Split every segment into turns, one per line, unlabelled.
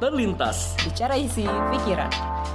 Terlintas.
Bicara isi pikiran.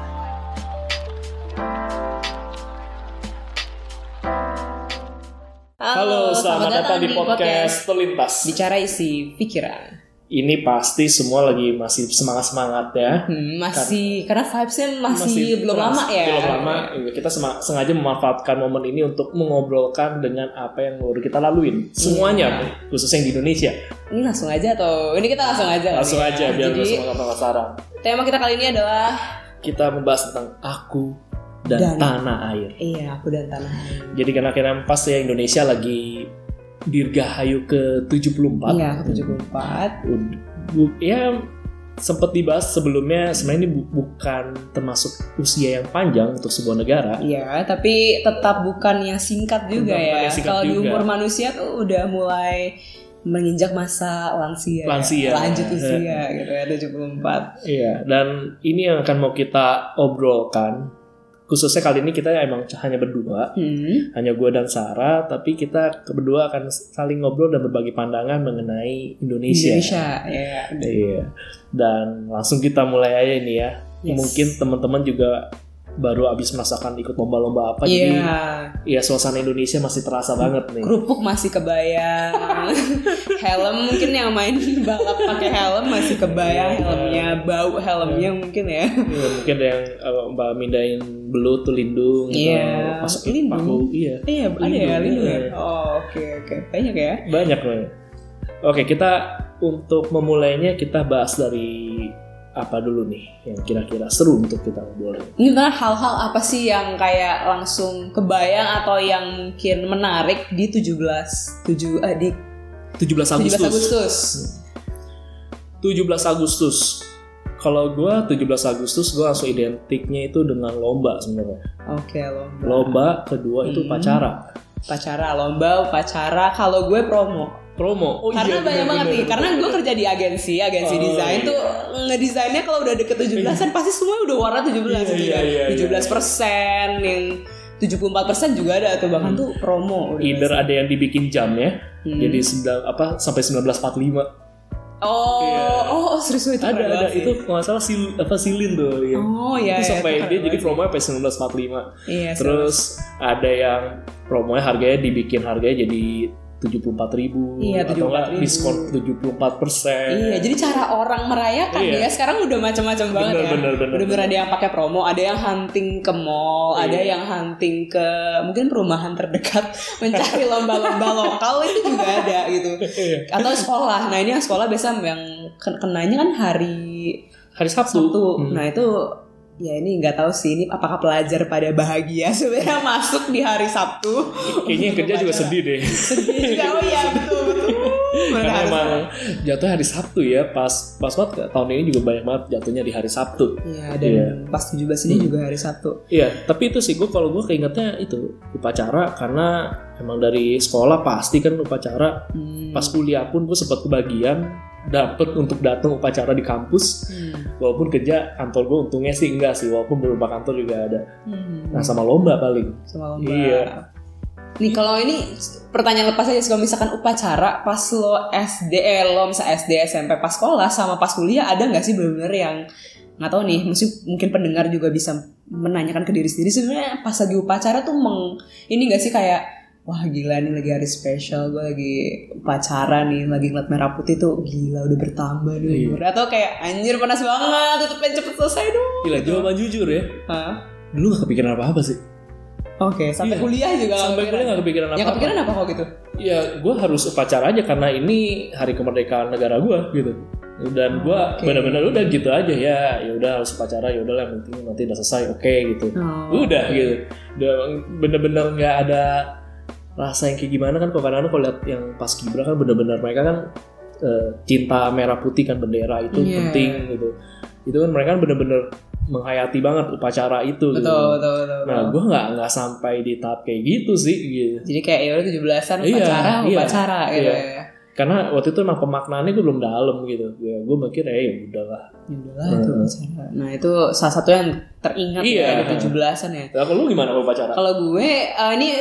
Halo, selamat datang di podcast Terlintas.
Bicara isi pikiran.
Ini pasti semua lagi masih semangat ya.
Karena vibesnya masih belum lama ya.
Belum lama. Kita sengaja memanfaatkan momen ini untuk mengobrolkan dengan apa yang baru kita laluin. Semuanya, khususnya yang di Indonesia.
Ini langsung aja atau ini kita langsung aja?
Langsung aja biar
jadi,
semua penasaran.
Tema kita kali ini adalah
kita membahas tentang aku dan tanah air.
Iya, aku dan tanah air.
Jadi karena pas ya Indonesia lagi Dirgahayu ke-74.
Iya, ke-74.
Ya sempat dibahas sebelumnya, sebenarnya ini bukan termasuk usia yang panjang untuk sebuah negara.
Iya, tapi tetap bukan yang singkat juga ya. Kalau di umur manusia tuh udah mulai menginjak masa lansia. Lanjut usia gitu ya, 74.
Iya, dan ini yang akan mau kita obrolkan. Khususnya kali ini kita emang hanya berdua, hanya gue dan Sarah, tapi kita berdua akan saling ngobrol dan berbagi pandangan mengenai Indonesia.
Ya.
Iya. Dan langsung kita mulai aja ini ya. Yes. Mungkin teman-teman juga baru habis merasakan ikut lomba-lomba apa, jadi ya suasana Indonesia masih terasa banget nih.
Kerupuk masih kebayang, helm mungkin yang main balap pakai helm masih kebayang helmnya, bau helmnya mungkin ya.
Iya, mungkin ada yang Mbak mindahin belut tuh lindung.
Iya.
Masuk lindung. Iya.
Iya, ada ya lindung ya. Oh, oke. Banyak ya.
Banyak. Oke, kita untuk memulainya kita bahas dari apa dulu nih yang kira-kira seru untuk kita ngobrolin.
Ini tentang hal-hal apa sih yang kayak langsung kebayang atau yang mungkin menarik di 17 Agustus.
17 Agustus. Kalau gue 17 Agustus gue langsung identiknya itu dengan lomba sebenarnya.
Oke, lomba.
Lomba kedua itu upacara. Upacara. Kalau gue promo.
Karena banyak banget nih. Karena gue kerja di agensi desain tuh ngedesainnya kalau udah deket 17-an pasti semua udah warna 17.
Iya.
17%, yang 74% juga ada tuh, bahkan tuh promo.
Either ada yang dibikin jam ya. Jadi sampai 1945.
Oh, serius itu
ada itu kalau nggak salah silin tuh. Ya.
Oh iya.
Itu sampai dia jadi promonya sampai 1945. Iya. Terus ada yang promonya harganya jadi 74.000,
iya,
atau nggak diskon 74%.
Iya, jadi cara orang merayakan ya sekarang udah macam-macam banget ya. Bener ada yang pakai promo, ada yang hunting ke mall, ada yang hunting ke mungkin perumahan terdekat mencari lomba-lomba lokal, itu juga ada gitu. Atau sekolah. Nah ini yang sekolah biasa yang kenanya kan hari Sabtu. Nah itu ya ini nggak tahu sih ini apakah pelajar pada bahagia sebenarnya masuk di hari Sabtu.
Kayaknya yang kerja juga sedih deh.
Sedih juga. Oh iya betul.
Karena emang jatuhnya hari Sabtu ya. Pas banget tahun ini juga banyak banget jatuhnya di hari Sabtu.
Iya, dan pas 17 ini juga hari Sabtu.
Iya, tapi itu sih kalau gue keingetnya itu upacara, karena emang dari sekolah pasti kan upacara. Pas kuliah pun gue sempat kebagian dapet untuk datang upacara di kampus. Walaupun kerja kantor gue untungnya sih enggak sih, walaupun beberapa kantor juga ada. Nah sama lomba paling. Iya.
Nih kalau ini pertanyaan lepas aja, kalau misalkan upacara pas lo misalnya SD, SMP, pas sekolah sama pas kuliah, ada nggak sih benar-benar yang nggak tahu nih, mungkin pendengar juga bisa menanyakan ke diri sendiri sebenarnya pas lagi upacara tuh ini nggak sih kayak wah gila nih lagi hari spesial, gue lagi upacara nih, lagi ngeliat merah putih tuh gila udah bertambah nih umur. Atau kayak anjir panas banget, tutupin cepet selesai dong.
Gila, jawaban jujur ya. Dulu gak kepikiran apa-apa sih.
Oke, sampai kuliah juga.
Sampai kuliah gak kepikiran apa-apa.
Yang kepikiran apa kok gitu?
Ya gue harus upacara aja karena ini hari kemerdekaan negara gue gitu. Dan gue benar-benar udah gitu aja ya udah harus upacara, ya udah lah penting nanti udah selesai gitu. Udah gitu. Udah benar-benar nggak ada rasa yang kayak gimana kan. Kadang-kadang kalau lihat yang pas Kibra kan benar-benar mereka kan cinta merah putih kan, bendera itu penting gitu. Itu kan mereka kan benar-benar menghayati banget upacara itu.
Betul.
Nah, gue nggak sampai di tahap kayak gitu sih. Gitu.
Jadi kayak ya udah 17-an upacara gitu ya.
Karena waktu itu emang pemaknaannya gue belum dalam gitu. Ya gue mikir ya udahlah.
Itu upacara. Nah itu salah satu yang teringat ya di 17-an ya.
Nah, kalau lu gimana upacara?
Kalau gue ini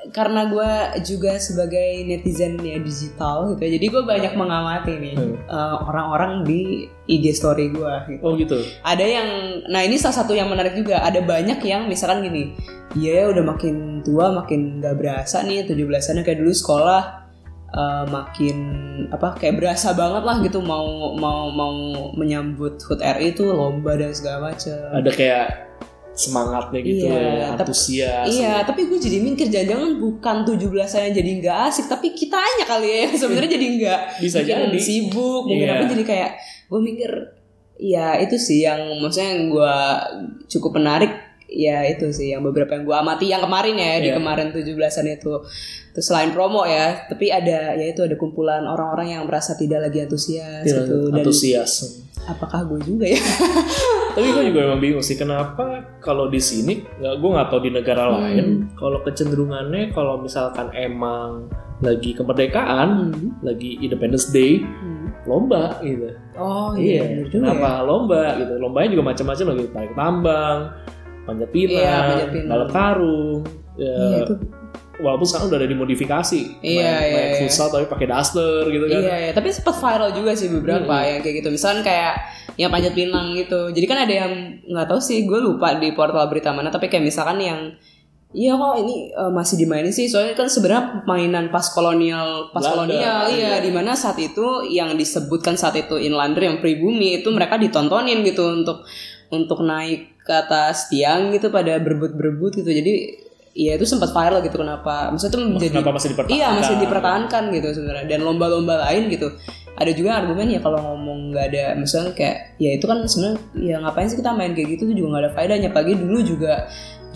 karena gue juga sebagai netizen ya digital gitu, jadi gue banyak mengamati nih orang-orang di IG story gue gitu.
Oh gitu.
Ada yang, nah ini salah satu yang menarik juga, ada banyak yang misalkan gini, iya udah makin tua makin gak berasa nih 17-an, kayak dulu sekolah makin kayak berasa banget lah gitu, mau menyambut HUT RI itu lomba dan segala macam.
Ada kayak semangatnya gitu antusias.
Iya, tapi gue jadi mikir jangan bukan 17-an jadi nggak asik, tapi kitanya kali ya sebenarnya jadi nggak
bisa jadi
sibuk, mungkin apa jadi kayak gue mikir ya itu sih yang maksudnya yang gue cukup menarik ya, itu sih yang beberapa yang gue amati yang kemarin ya di kemarin 17-an itu. Terus selain promo ya, tapi ada kumpulan orang-orang yang merasa tidak lagi antusias gitu. Dan
antusias.
Apakah gue juga ya?
Tapi gue juga emang bingung sih kenapa kalau di sini, gue nggak tahu di negara lain, kalau kecenderungannya kalau misalkan emang lagi kemerdekaan, lagi Independence Day, lomba gitu.
Oh iya.
Kenapa lomba gitu? Lombanya juga macam-macam lagi, tarik tambang, panjat pinang, balap karung. Ya, itu. Walaupun sekarang udah ada dimodifikasi, main futsal tapi pakai daster gitu kan.
Iya, tapi sempat viral juga sih beberapa yang kayak gitu. Misalnya kayak yang panjat pinang gitu. Jadi kan ada yang nggak tahu sih, gue lupa di portal berita mana. Tapi kayak misalkan yang ini masih dimainin sih. Soalnya kan sebenarnya mainan pas kolonial, di mana saat itu yang disebutkan saat itu inlander yang pribumi itu mereka ditontonin gitu untuk naik ke atas tiang gitu pada berebut-berebut gitu. Jadi iya itu sempat viral gitu, kenapa? Maksudnya itu menjadi
kenapa masih dipertahankan?
Iya masih dipertahankan gitu sebenarnya. Dan lomba-lomba lain gitu. Ada juga argumen ya kalau ngomong nggak ada, misalnya kayak ya itu kan sebenarnya ya ngapain sih kita main kayak gitu tuh juga nggak ada faedahnya. Pagi dulu juga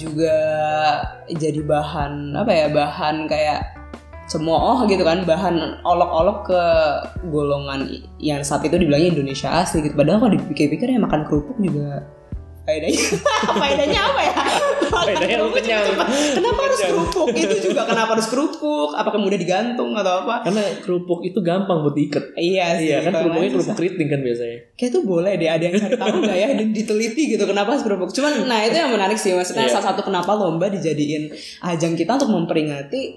jadi bahan bahan kayak cemooh gitu kan, bahan olok-olok ke golongan yang saat itu dibilangnya Indonesia asli gitu. Padahal kalau dipikir-pikir ya makan kerupuk juga faedahnya apa ya?
Faedahnya lu kenyang.
Kenapa harus kerupuk? Itu juga kenapa harus kerupuk? Apakah mudah digantung atau apa?
Karena kerupuk itu gampang buat diikat.
Iya sih.
Iya kan kerupuknya kerupuk keriting kan biasanya.
Kayak tuh boleh deh, ada yang cari tahu nggak ya? Diteliti gitu kenapa harus kerupuk. Cuman nah itu yang menarik sih. Maksudnya salah satu kenapa lomba dijadiin ajang kita untuk memperingati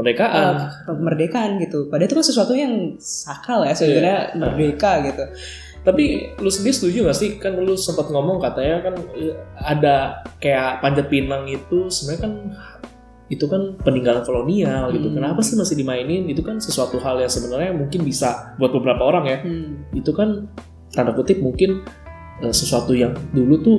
kemerdekaan gitu. Padahal itu kan sesuatu yang sakral ya sebenarnya, merdeka gitu.
Tapi lu sendiri setuju gak sih? Kan lu sempat ngomong katanya kan ada kayak panjat pinang itu sebenarnya kan itu kan peninggalan kolonial gitu. Kenapa sih masih dimainin? Itu kan sesuatu hal yang sebenarnya mungkin bisa buat beberapa orang ya. Itu kan tanda kutip mungkin sesuatu yang dulu tuh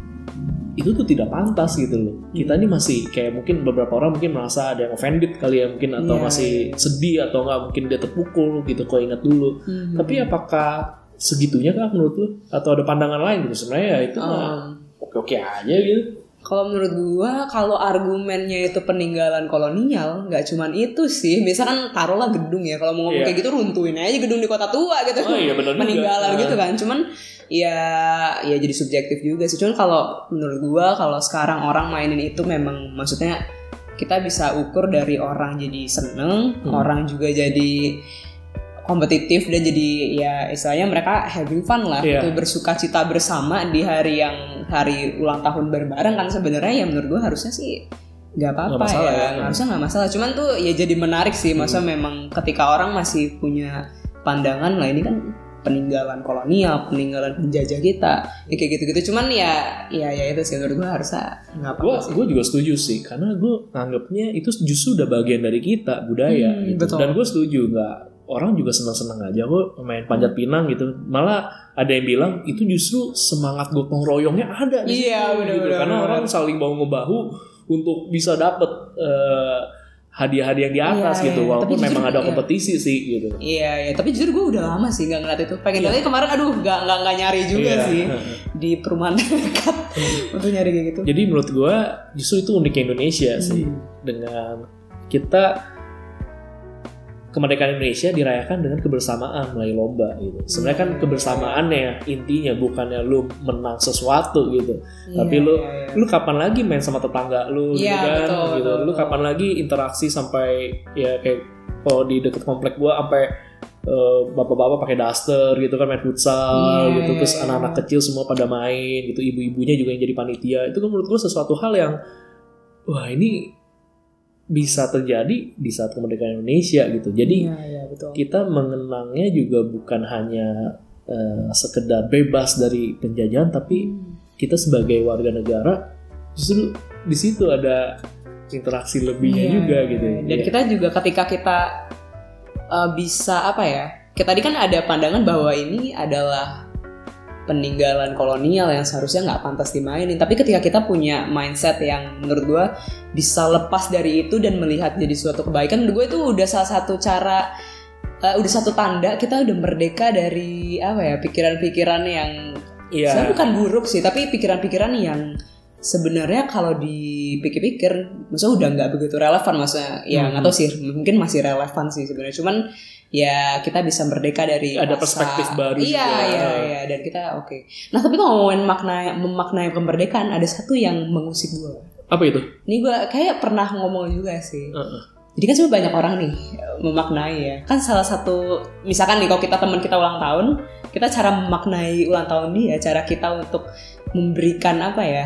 itu tuh tidak pantas gitu loh. Kita ini masih kayak mungkin beberapa orang mungkin merasa ada yang offended kali ya mungkin, atau masih sedih atau enggak mungkin dia terpukul gitu kalau ingat dulu. Tapi apakah segitunya kah menurut lu? Atau ada pandangan lain gitu? Sebenarnya ya itu oke-oke aja gitu.
Kalau menurut gua, kalau argumennya itu peninggalan kolonial, nggak cuman itu sih. Misalkan taruhlah gedung ya, kalau mau ngomong kayak gitu runtuhin aja gedung di kota tua gitu.
Oh iya benar juga.
Peninggalan gitu kan. Cuman ya jadi subjektif juga sih. Cuman kalau menurut gua, kalau sekarang orang mainin itu memang maksudnya kita bisa ukur dari orang jadi seneng, orang juga jadi kompetitif dan jadi ya istilahnya mereka having fun lah, itu bersukacita bersama di hari ulang tahun bareng-bareng kan. Sebenarnya ya menurut gue harusnya sih nggak apa-apa harusnya nggak masalah. Cuman tuh ya jadi menarik sih, masa memang ketika orang masih punya pandangan lah ini kan peninggalan kolonial, peninggalan penjajah kita, ya kayak gitu-gitu. Cuman ya itu sih menurut gue harusnya nggak apa-apa.
Gue juga setuju sih, karena gue nganggapnya itu justru udah bagian dari kita budaya gitu. Dan gue setuju nggak. Orang juga senang-senang aja kok main panjat pinang gitu. Malah ada yang bilang itu justru semangat gotong royongnya ada di situ.
Iya, bener,
gitu. Karena orang saling bahu-membahu untuk bisa dapet hadiah-hadiah yang di atas gitu. Walaupun memang ada kompetisi sih gitu.
Iya. Tapi jujur gue udah lama sih nggak ngeliat itu. Pengen lihat kemarin, nggak nyari juga sih di perumahan dekat untuk nyari kayak gitu.
Jadi menurut gue justru itu uniknya Indonesia sih, dengan kita kemerdekaan Indonesia dirayakan dengan kebersamaan melalui lomba gitu. Sebenarnya kan kebersamaannya intinya bukannya lu menang sesuatu gitu. Tapi lu kapan lagi main sama tetangga lu gitu kan gitu. Lu kapan lagi interaksi sampai ya kayak kalau di deket komplek gua sampai bapak-bapak pakai daster gitu kan main futsal gitu. Terus anak-anak kecil semua pada main gitu. Ibu-ibunya juga yang jadi panitia. Itu kan menurut gua sesuatu hal yang wah ini bisa terjadi di saat kemerdekaan Indonesia gitu. Jadi
betul.
kita mengenangnya juga bukan hanya sekedar bebas dari penjajahan, tapi kita sebagai warga negara justru di situ ada interaksi lebihnya juga gitu.
Dan kita juga ketika kita bisa kita tadi kan ada pandangan bahwa ini adalah peninggalan kolonial yang seharusnya nggak pantas dimainin. Tapi ketika kita punya mindset yang menurut gue bisa lepas dari itu dan melihat jadi suatu kebaikan, menurut gue itu udah salah satu cara, udah satu tanda kita udah merdeka dari pikiran-pikiran yang sebenarnya bukan buruk sih, tapi pikiran-pikiran yang sebenarnya kalau dipikir-pikir maksudnya udah nggak begitu relevan, maksudnya nggak tahu sih, mungkin masih relevan sih sebenarnya, cuman ya kita bisa merdeka dari
ada perspektif baru.
Iya, dan kita oke. Nah tapi kalau ngomongin memaknai kemerdekaan, ada satu yang mengusik gue.
Apa itu?
Ini gue kayak pernah ngomong juga sih. Jadi kan sebenarnya banyak orang nih memaknai ya. Kan salah satu, misalkan nih kalau kita teman kita ulang tahun, kita cara memaknai ulang tahun dia, cara kita untuk memberikan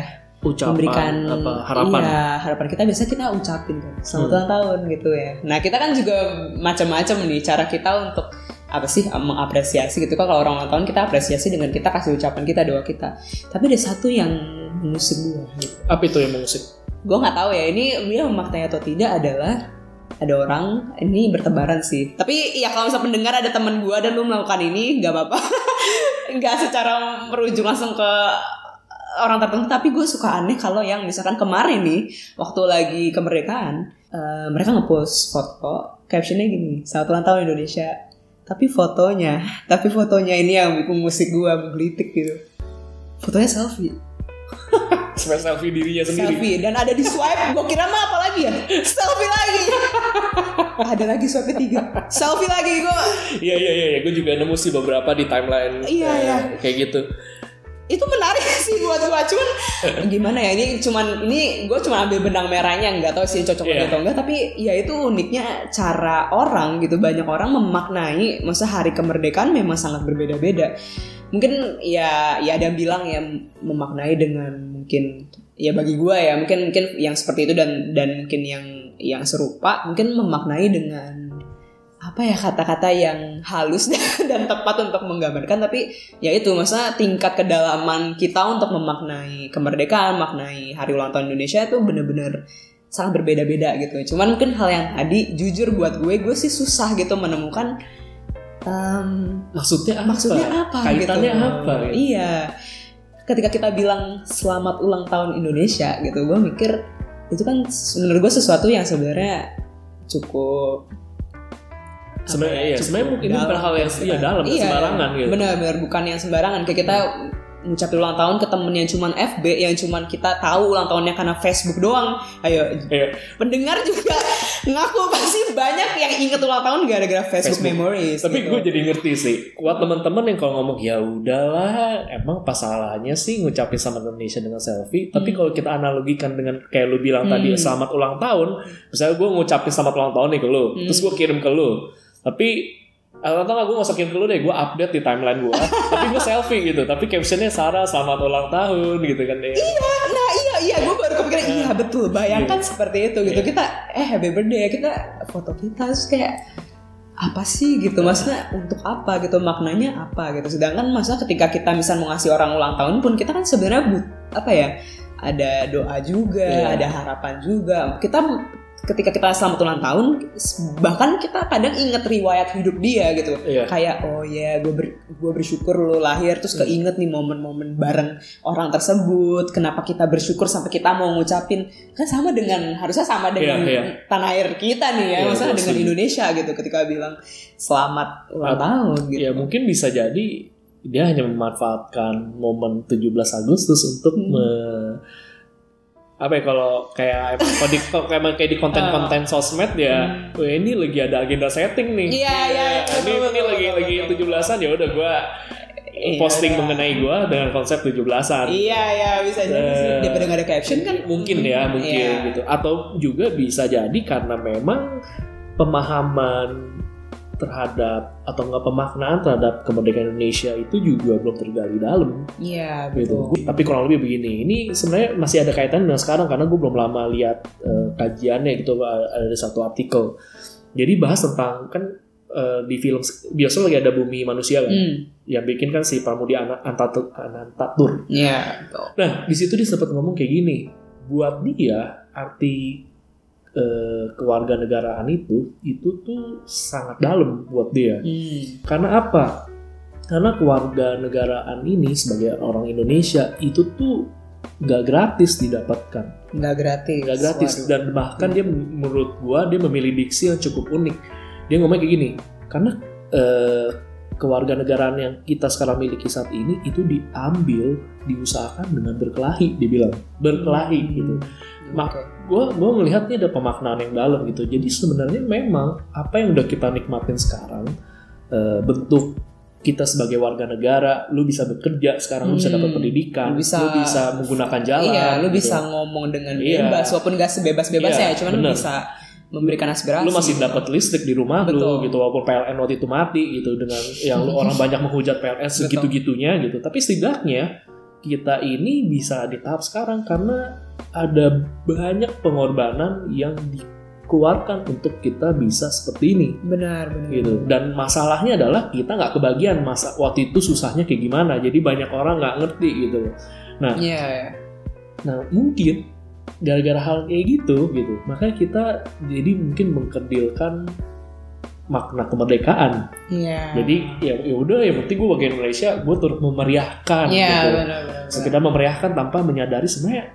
ucapan, harapan.
Iya, harapan kita biasa kita ucapin kan selamat ulang tahun gitu ya. Nah kita kan juga macam-macam nih cara kita untuk mengapresiasi gitu kan. Kalau orang ulang tahun kita apresiasi dengan kita kasih ucapan kita, doa kita. Tapi ada satu yang mengusik gue gitu.
Apa itu yang mengusik?
Gue nggak tahu ya ini dia memaknai atau tidak, adalah ada orang, ini bertebaran sih. Tapi ya kalau misalnya pendengar ada teman gue dan lu melakukan ini, nggak apa-apa. Nggak secara merujuk langsung ke orang tertentu. Tapi gue suka aneh kalau yang misalkan kemarin nih waktu lagi kemerdekaan, mereka ngepost foto, captionnya gini, selamat ulang tahun Indonesia. Tapi fotonya ini yang bikin musik gue menggelitik gitu. Fotonya selfie.
Selfie dirinya sendiri.
Selfie, dan ada di swipe. Gue kira mah apa lagi ya? Selfie lagi. Ada lagi swipe ketiga. Selfie lagi gue.
Iya. Gue juga nemu sih beberapa di timeline.
Iya.
Kayak gitu.
Itu menarik sih buat gue, cuman gimana ya, ini gue cuma ambil benang merahnya, nggak tahu sih cocok atau enggak, tapi ya itu uniknya cara orang gitu, banyak orang memaknai masa hari kemerdekaan memang sangat berbeda-beda. Mungkin ya ada yang bilang ya memaknai dengan mungkin ya bagi gue ya mungkin yang seperti itu dan mungkin yang serupa mungkin memaknai dengan kata-kata yang halus dan tepat untuk menggambarkan, tapi ya itu masa tingkat kedalaman kita untuk memaknai kemerdekaan, maknai hari ulang tahun Indonesia itu benar-benar sangat berbeda-beda gitu. Cuman mungkin hal yang tadi jujur buat gue sih susah gitu menemukan
maksudnya apa
kaitannya
gitu. Apa gitu.
Iya, ketika kita bilang selamat ulang tahun Indonesia gitu, gue mikir itu kan menurut gue sesuatu yang sebenarnya cukup
sebenarnya mungkin bukan hal yang dalam sembarangan gitu.
Benar bukan yang sembarangan. Kayak kita ngucapin ulang tahun ke temen yang cuman FB, yang cuman kita tahu ulang tahunnya karena Facebook doang. Ayo. Pendengar juga ngaku pasti banyak yang inget ulang tahun gara-gara Facebook Memories.
Tapi
gitu.
Gue jadi ngerti sih. Buat teman-teman yang kalau ngomong ya udahlah, emang apa salahnya sih ngucapin selamat Indonesia dengan selfie. Tapi kalau kita analogikan dengan kayak lu bilang tadi selamat ulang tahun, misalnya gue ngucapin selamat ulang tahun nih ke lu, terus gue kirim ke lu. Tapi atau gak gue masukin ke lu deh, gue update di timeline gue tapi gue selfie gitu, tapi captionnya Sarah selamat ulang tahun gitu kan deh.
Iya gue baru kepikiran. Iya betul, bayangkan seperti itu gitu. Kita happy birthday, kita foto kita terus kayak apa sih gitu, maksudnya untuk apa gitu, maknanya apa gitu. Sedangkan maksudnya ketika kita misal mau ngasih orang ulang tahun pun kita kan sebenarnya ada doa juga, ada harapan juga. Ketika kita selamat ulang tahun, bahkan kita kadang inget riwayat hidup dia gitu. Kayak gue bersyukur lo lahir, terus keinget nih momen-momen bareng orang tersebut. Kenapa kita bersyukur sampai kita mau ngucapin, kan harusnya sama dengan tanah air kita nih ya, maksudnya dengan Indonesia gitu. Ketika bilang selamat ulang tahun gitu.
Ya mungkin bisa jadi dia hanya memanfaatkan momen 17 Agustus untuk kalau kayak di konten-konten sosmed ya, ini lagi ada agenda setting nih.
Iya.
Ini lagi 17-an, ya udah gue posting mengenai gue dengan konsep 17-an.
Iya, bisa jadi sih. Daripada nggak ada caption kan.
Mungkin gitu. Atau juga bisa jadi karena memang pemahaman terhadap atau nggak pemaknaan terhadap kemerdekaan Indonesia itu juga belum tergali dalam.
Iya,
Gitu.
betul.
Tapi kurang lebih begini. Ini sebenarnya masih ada kaitan dengan sekarang karena gue belum lama lihat kajiannya gitu, ada satu artikel. Jadi bahas tentang kan di film biasa lagi ada Bumi Manusia kan, yang bikin kan si Pramudi Anantatur.
Iya, betul.
Nah di situ dia sempat ngomong kayak gini, buat dia arti kewarganegaraan itu tuh sangat dalam buat dia. Karena apa? Karena kewarganegaraan ini sebagai orang Indonesia itu tuh nggak gratis didapatkan.
Nggak gratis.
Waduh. Dan bahkan dia menurut gua dia memilih diksi yang cukup unik. Dia ngomong kayak gini, karena kewarganegaraan yang kita sekarang miliki saat ini itu diusahakan dengan berkelahi, dibilang berkelahi gitu. Gue melihatnya ada pemaknaan yang dalam gitu. Jadi sebenarnya memang apa yang udah kita nikmatin sekarang, bentuk kita sebagai warga negara, lu bisa bekerja sekarang, lu bisa dapat pendidikan, lu bisa menggunakan jalan.
Iya, lu
gitu.
bisa ngomong dengan bebas, walaupun gak sebebas-bebasnya, cuman lu bisa memberikan aspirasi.
Lu masih dapat listrik di rumah lu gitu, walaupun PLN waktu itu mati gitu, dengan yang orang banyak menghujat PLN segitu-gitunya gitu. Tapi setidaknya kita ini bisa di tahap sekarang karena ada banyak pengorbanan yang dikeluarkan untuk kita bisa seperti ini.
Benar.
Gitu. Dan masalahnya adalah kita nggak kebagian masa waktu itu susahnya kayak gimana. Jadi banyak orang nggak ngerti gitu. Nah, nah mungkin gara-gara hal kayak gitu, makanya kita jadi mungkin mengkerdilkan makna kemerdekaan. Jadi ya udah, yang penting gue bagian Malaysia, gue turut memeriahkan. Gitu.
Benar.
Sekedar memeriahkan tanpa menyadari sebenarnya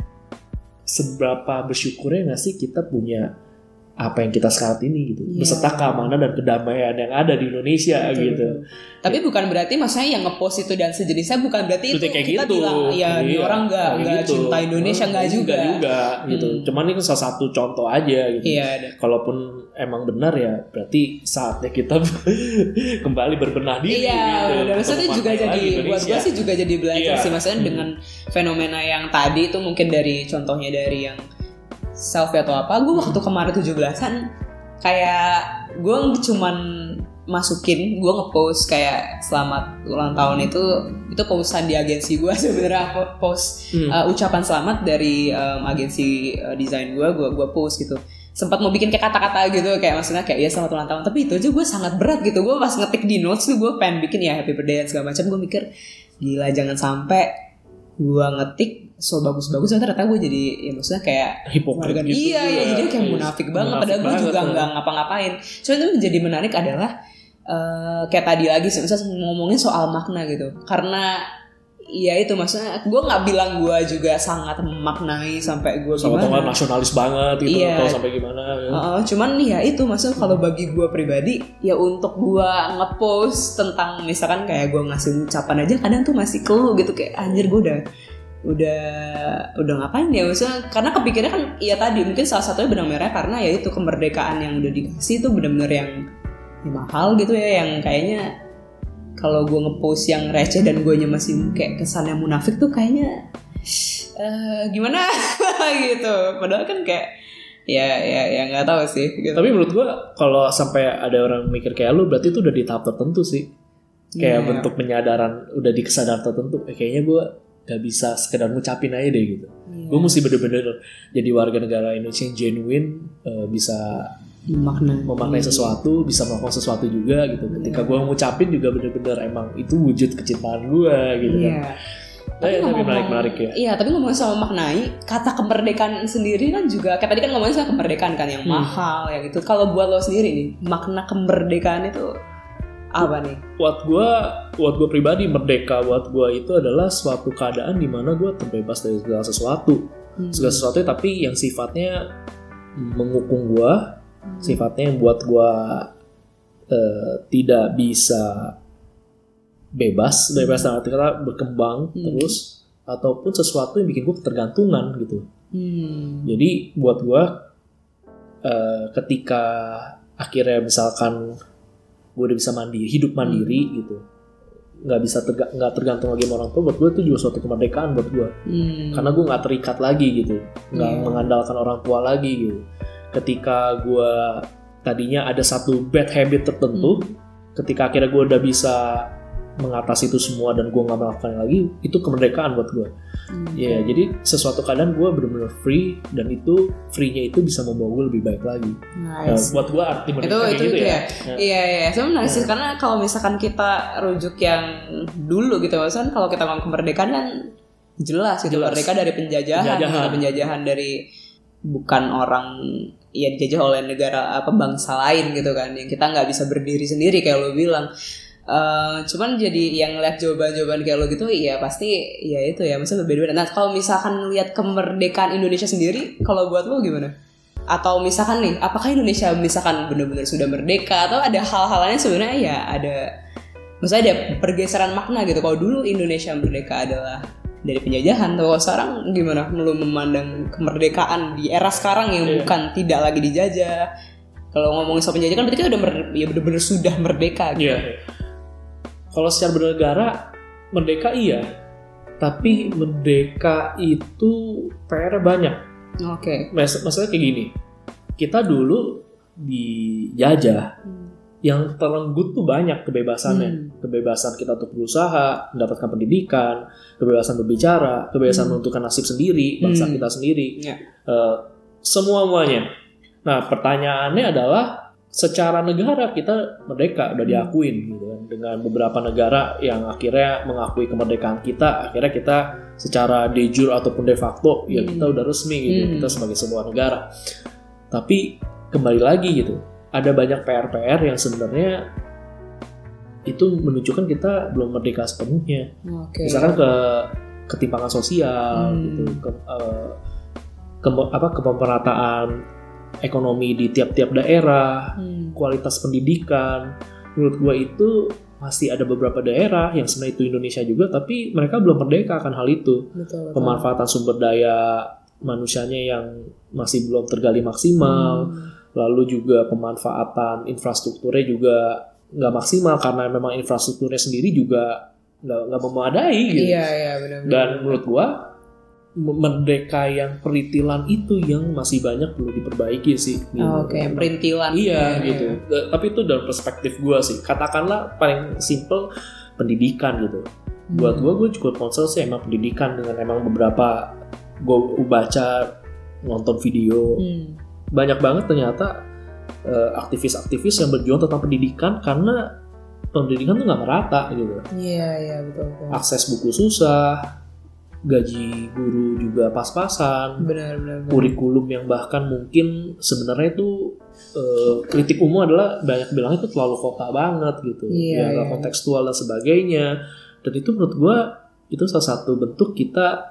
seberapa bersyukurnya nggak sih kita punya apa yang kita sekarang ini gitu, beserta keamanan dan kedamaian yang ada di Indonesia gitu.
Tapi bukan berarti maksudnya yang ngepost itu dan sejenisnya bukan berarti itu kita
gitu.
bilang ini orang nggak gitu. Cinta Indonesia, nggak juga gitu.
Cuman itu salah satu contoh aja gitu. Kalaupun emang benar ya berarti saatnya kita kembali berbenah diri.
Dan maksudnya juga jadi buat gue sih juga jadi belajar sih, maksudnya dengan fenomena yang tadi itu mungkin dari contohnya dari yang selfie atau apa, gue waktu kemarin 17-an kayak gue cuman masukin, gue ngepost kayak selamat ulang tahun itu postan di agensi gue sebenarnya, post ucapan selamat dari agensi desain gue post gitu. Sempat mau bikin kayak kata-kata gitu, kayak maksudnya kayak ya selamat ulang tahun, tapi itu aja gue sangat berat gitu. Gue pas ngetik di notes tuh gue pengen bikin ya happy birthday dan segala macam, gue mikir gila jangan sampai gue ngetik so bagus-bagus ternyata gue jadi ya maksudnya kayak
hipokrit gitu.
Jadi kayak munafik banget, padahal gue juga nggak ngapa-ngapain. Cuma itu menjadi menarik adalah kayak tadi lagi misalnya ngomongin soal makna gitu, karena ya itu maksudnya gue nggak bilang gue juga sangat memaknai sampai gue
gimana nasionalis banget gitu atau sampai gimana
cuman ya itu maksudnya kalau bagi gue pribadi ya untuk gue ngepost tentang misalkan kayak gue ngasih ucapan aja kadang tuh masih keluh gitu, kayak anjir gue udah ngapain ya, maksudnya karena kepikirannya kan ya tadi mungkin salah satunya benang merah karena ya itu kemerdekaan yang udah dikasih itu benar-benar yang mahal gitu ya, yang kayaknya kalau gue ngepost yang receh dan gue masih kayak kesannya munafik tuh kayaknya gimana gitu, padahal kan kayak ya nggak tahu sih gitu. Tapi
menurut gue kalau sampai ada orang mikir kayak lu berarti itu udah di tahap tertentu sih, kayak bentuk penyadaran udah di kesadaran tertentu, kayaknya gue gak bisa sekedar ngucapin aja deh gitu. Gue mesti bener-bener jadi warga negara Indonesia yang genuine, bisa memaknai sesuatu, bisa melakukan sesuatu juga gitu. Ketika gue ngucapin juga bener-bener emang itu wujud kecintaan gue gitu kan. Tapi menarik ya.
Iya, tapi ngomongin soal maknai, kata kemerdekaan sendiri kan juga kayak tadi kan ngomongin soal kemerdekaan kan yang mahal ya gitu. Kalau buat lo sendiri nih, makna kemerdekaan itu apa nih?
Buat gue pribadi, merdeka buat gue itu adalah suatu keadaan di mana gue terbebas dari segala sesuatu tapi yang sifatnya mengukung gue, sifatnya yang buat gue tidak bisa bebas dalam arti kata berkembang terus, ataupun sesuatu yang bikin gue ketergantungan gitu. Jadi buat gue ketika akhirnya misalkan gue udah bisa hidup mandiri gitu, nggak tergantung lagi sama orang tua, buat gue itu juga suatu kemerdekaan buat gue. Karena gue nggak terikat lagi gitu, nggak mengandalkan orang tua lagi gitu. Ketika gue tadinya ada satu bad habit tertentu, ketika akhirnya gue udah bisa mengatasi itu semua dan gue nggak melakukannya lagi, itu kemerdekaan buat gue. Ya, jadi sesuatu keadaan gue benar-benar free, dan itu free-nya itu bisa membawa gue lebih baik lagi.
Nice.
Buat gue arti merdeka kayak
itu
gitu ya.
Iya. Sebenarnya sih, karena kalau misalkan kita rujuk yang dulu gitu, maksudnya kalau kita ngomong kemerdekaan kan jelas gitu, merdeka dari penjajahan dari bukan orang ya dijajah oleh negara bangsa lain gitu kan, yang kita nggak bisa berdiri sendiri kayak lo bilang. Cuman jadi yang lihat jawaban-jawaban kayak lo gitu, ya pasti ya itu ya, maksudnya berbeda-beda. Nah kalau misalkan lihat kemerdekaan Indonesia sendiri, kalau buat lo gimana? Atau misalkan nih, apakah Indonesia misalkan benar-benar sudah merdeka, atau ada hal-hal lain sebenarnya ya ada, maksudnya ada pergeseran makna gitu. Kalau dulu Indonesia merdeka adalah dari penjajahan, tuh sekarang gimana lo memandang kemerdekaan di era sekarang yang bukan tidak lagi dijajah? Kalau ngomongin soal penjajahan kan berarti kita udah benar-benar sudah merdeka gitu.
Kalau secara bernegara merdeka iya, tapi merdeka itu PR-nya banyak.
Oke.
Maksudnya kayak gini, kita dulu dijajah, yang terenggut tuh banyak kebebasannya. Kebebasan kita untuk berusaha, mendapatkan pendidikan, kebebasan berbicara, kebebasan menentukan nasib sendiri, bangsa kita sendiri, semuanya. Nah pertanyaannya adalah, secara negara kita merdeka, udah diakuin gitu kan, dengan beberapa negara yang akhirnya mengakui kemerdekaan kita. Akhirnya kita secara de jure ataupun de facto ya kita udah resmi gitu, kita sebagai sebuah negara. Tapi kembali lagi gitu, ada banyak PR-PR yang sebenarnya itu menunjukkan kita belum merdeka sepenuhnya. Misalkan ketimpangan sosial gitu, kepemerataan ekonomi di tiap-tiap daerah, kualitas pendidikan. Menurut gue itu masih ada beberapa daerah yang sebenarnya itu Indonesia juga, tapi mereka belum merdeka akan hal itu. Betul. Pemanfaatan sumber daya manusianya yang masih belum tergali maksimal, lalu juga pemanfaatan infrastrukturnya juga nggak maksimal karena memang infrastrukturnya sendiri juga nggak memadai gitu.
Iya benar.
Dan menurut gue merdeka yang perintilan itu yang masih banyak perlu diperbaiki sih.
Perintilan.
Iya gitu. Tapi itu dalam perspektif gue sih. Katakanlah paling simple pendidikan gitu. Buat gue cukup concern sih emang pendidikan, dengan emang beberapa gue baca, nonton video, banyak banget ternyata aktivis-aktivis yang berjuang tentang pendidikan karena pendidikan tuh nggak merata gitu.
Iya betul.
Akses buku susah, gaji guru juga pas-pasan,
benar.
Kurikulum yang bahkan mungkin sebenarnya itu kritik umum adalah banyak bilang itu terlalu kota banget gitu, nggak kontekstual dan sebagainya. Dan itu menurut gue itu salah satu bentuk kita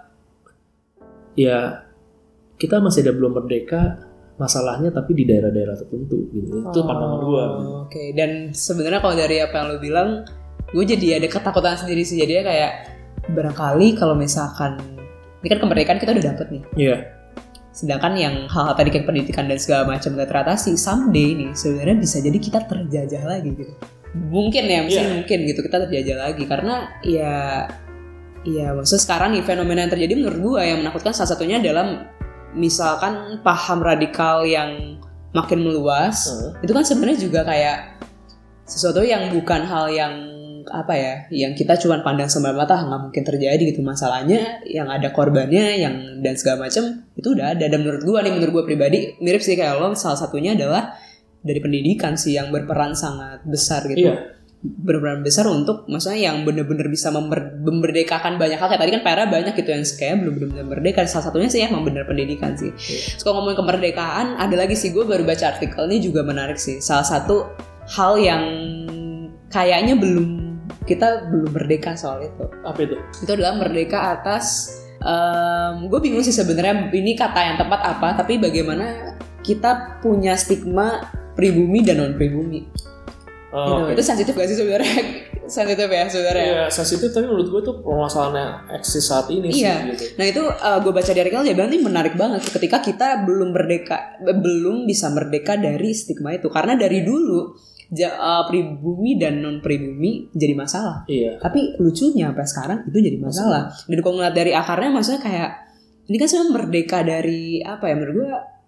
masih ada belum merdeka masalahnya, tapi di daerah-daerah tertentu gitu. Itu pandangan gue.
Oke. Dan sebenarnya kalau dari apa yang lo bilang, gue jadi ada ketakutan sendiri sih. Jadi kayak barangkali kalau misalkan ini kan kemerdekaan kita udah dapet nih.
Iya.
Sedangkan yang hal-hal tadi kayak pendidikan dan segala macam gak teratasi, someday nih sebenarnya bisa jadi kita terjajah lagi gitu. Mungkin gitu kita terjajah lagi karena ya maksudnya sekarang nih fenomena yang terjadi menurut gue yang menakutkan salah satunya adalah misalkan paham radikal yang makin meluas. Itu kan sebenarnya juga kayak sesuatu yang bukan hal yang yang kita cuma pandang sebelah mata, nggak mungkin terjadi gitu. Masalahnya yang ada korbannya dan segala macam itu udah ada. Dan menurut gue pribadi mirip sih kayak lo, salah satunya adalah dari pendidikan sih yang berperan sangat besar gitu. Berperan besar untuk maksudnya yang benar-benar bisa memerdekakan banyak hal. Kayak tadi kan PR banyak gitu yang kayak belum benar-benar merdeka. Salah satunya sih emang benar pendidikan sih. Terus kalau ngomongin kemerdekaan, ada lagi sih, gue baru baca artikel ini juga menarik sih. Salah satu hal yang kayaknya kita belum merdeka soal itu.
Apa itu?
Itu adalah merdeka atas gue bingung sih sebenarnya ini kata yang tepat apa, tapi bagaimana kita punya stigma pribumi dan non pribumi. Itu sensitif gak sih sebenarnya? Sensitif ya sebenarnya.
Iya sensitif, tapi menurut gue tuh permasalahannya eksis saat ini sih. Gitu.
Nah itu gue baca di artikel dia bilang ini menarik banget ketika kita belum bisa merdeka dari stigma itu, karena dari dulu pribumi dan non pribumi jadi masalah. Tapi lucunya sampai sekarang itu jadi masalah. Dan kalau ngeliat dari akarnya, maksudnya kayak ini kan sebenarnya merdeka dari menurut gue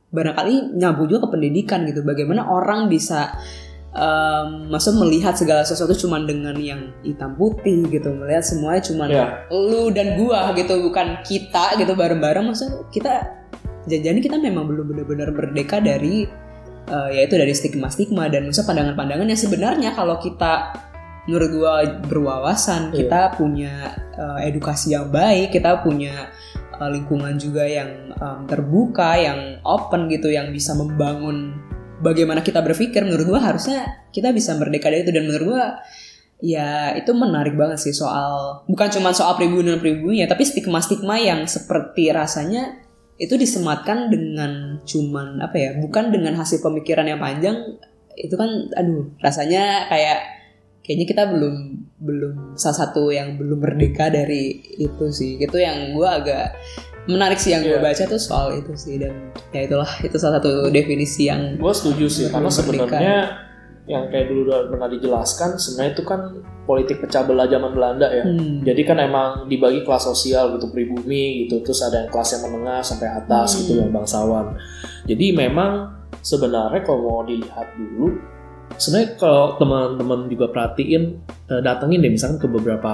barangkali nyambung juga ke pendidikan gitu. Bagaimana orang bisa maksudnya melihat segala sesuatu cuman dengan yang hitam putih gitu, melihat semuanya cuman lu dan gua gitu, bukan kita gitu bareng-bareng. Maksudnya kita jangan kita memang belum benar-benar merdeka dari yaitu dari stigma-stigma dan maksudnya pandangan-pandangan yang sebenarnya kalau kita menurut gua berwawasan, kita punya edukasi yang baik, kita punya lingkungan juga yang terbuka, yang open gitu, yang bisa membangun bagaimana kita berpikir. Menurut gue harusnya kita bisa merdeka dari itu. Dan menurut gue ya itu menarik banget sih, soal bukan cuma soal pribumi-pribumi ya, tapi stigma-stigma yang seperti rasanya itu disematkan dengan cuman apa ya, bukan dengan hasil pemikiran yang panjang. Itu kan rasanya kayaknya kita belum salah satu yang belum merdeka dari itu sih. Itu yang gue agak menarik sih yang gue baca tuh soal itu sih. Dan ya itulah, itu salah satu definisi yang
gue setuju sih, karena sebenarnya yang kayak dulu pernah dijelaskan, sebenarnya itu kan politik pecah belah zaman Belanda ya. Jadi kan emang dibagi kelas sosial gitu, pribumi gitu, terus ada yang kelas yang menengah sampai atas gitu, yang bangsawan. Jadi memang sebenarnya kalau mau dilihat dulu, sebenarnya kalau teman-teman juga perhatiin, datengin deh misalkan ke beberapa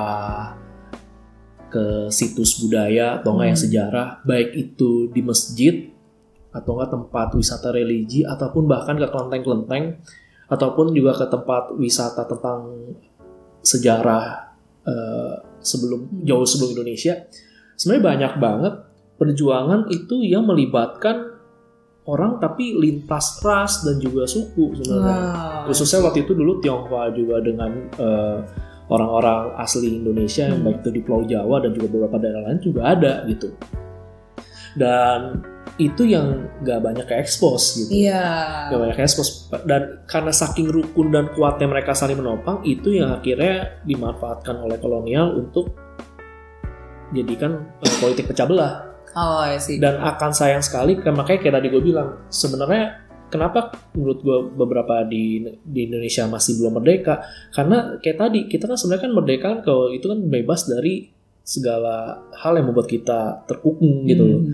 ke situs budaya atau enggak yang sejarah, baik itu di masjid atau enggak tempat wisata religi, ataupun bahkan ke kelenteng-kelenteng, ataupun juga ke tempat wisata tentang sejarah jauh sebelum Indonesia. Sebenarnya banyak banget perjuangan itu yang melibatkan orang tapi lintas ras dan juga suku sebenarnya. Khususnya waktu itu dulu Tionghoa juga dengan orang-orang asli Indonesia yang baik itu di Pulau Jawa dan juga beberapa daerah lain juga ada gitu. Dan itu yang gak banyak ke-expose gitu. Gak banyak ke-expose. Dan karena saking rukun dan kuatnya mereka saling menopang, itu yang akhirnya dimanfaatkan oleh kolonial untuk jadikan politik pecah belah. Dan akan sayang sekali, makanya kayak tadi gue bilang, sebenarnya kenapa menurut gue beberapa di Indonesia masih belum merdeka? Karena kayak tadi, kita kan sebenarnya kan merdeka kalau itu kan bebas dari segala hal yang membuat kita terkungkung gitu loh.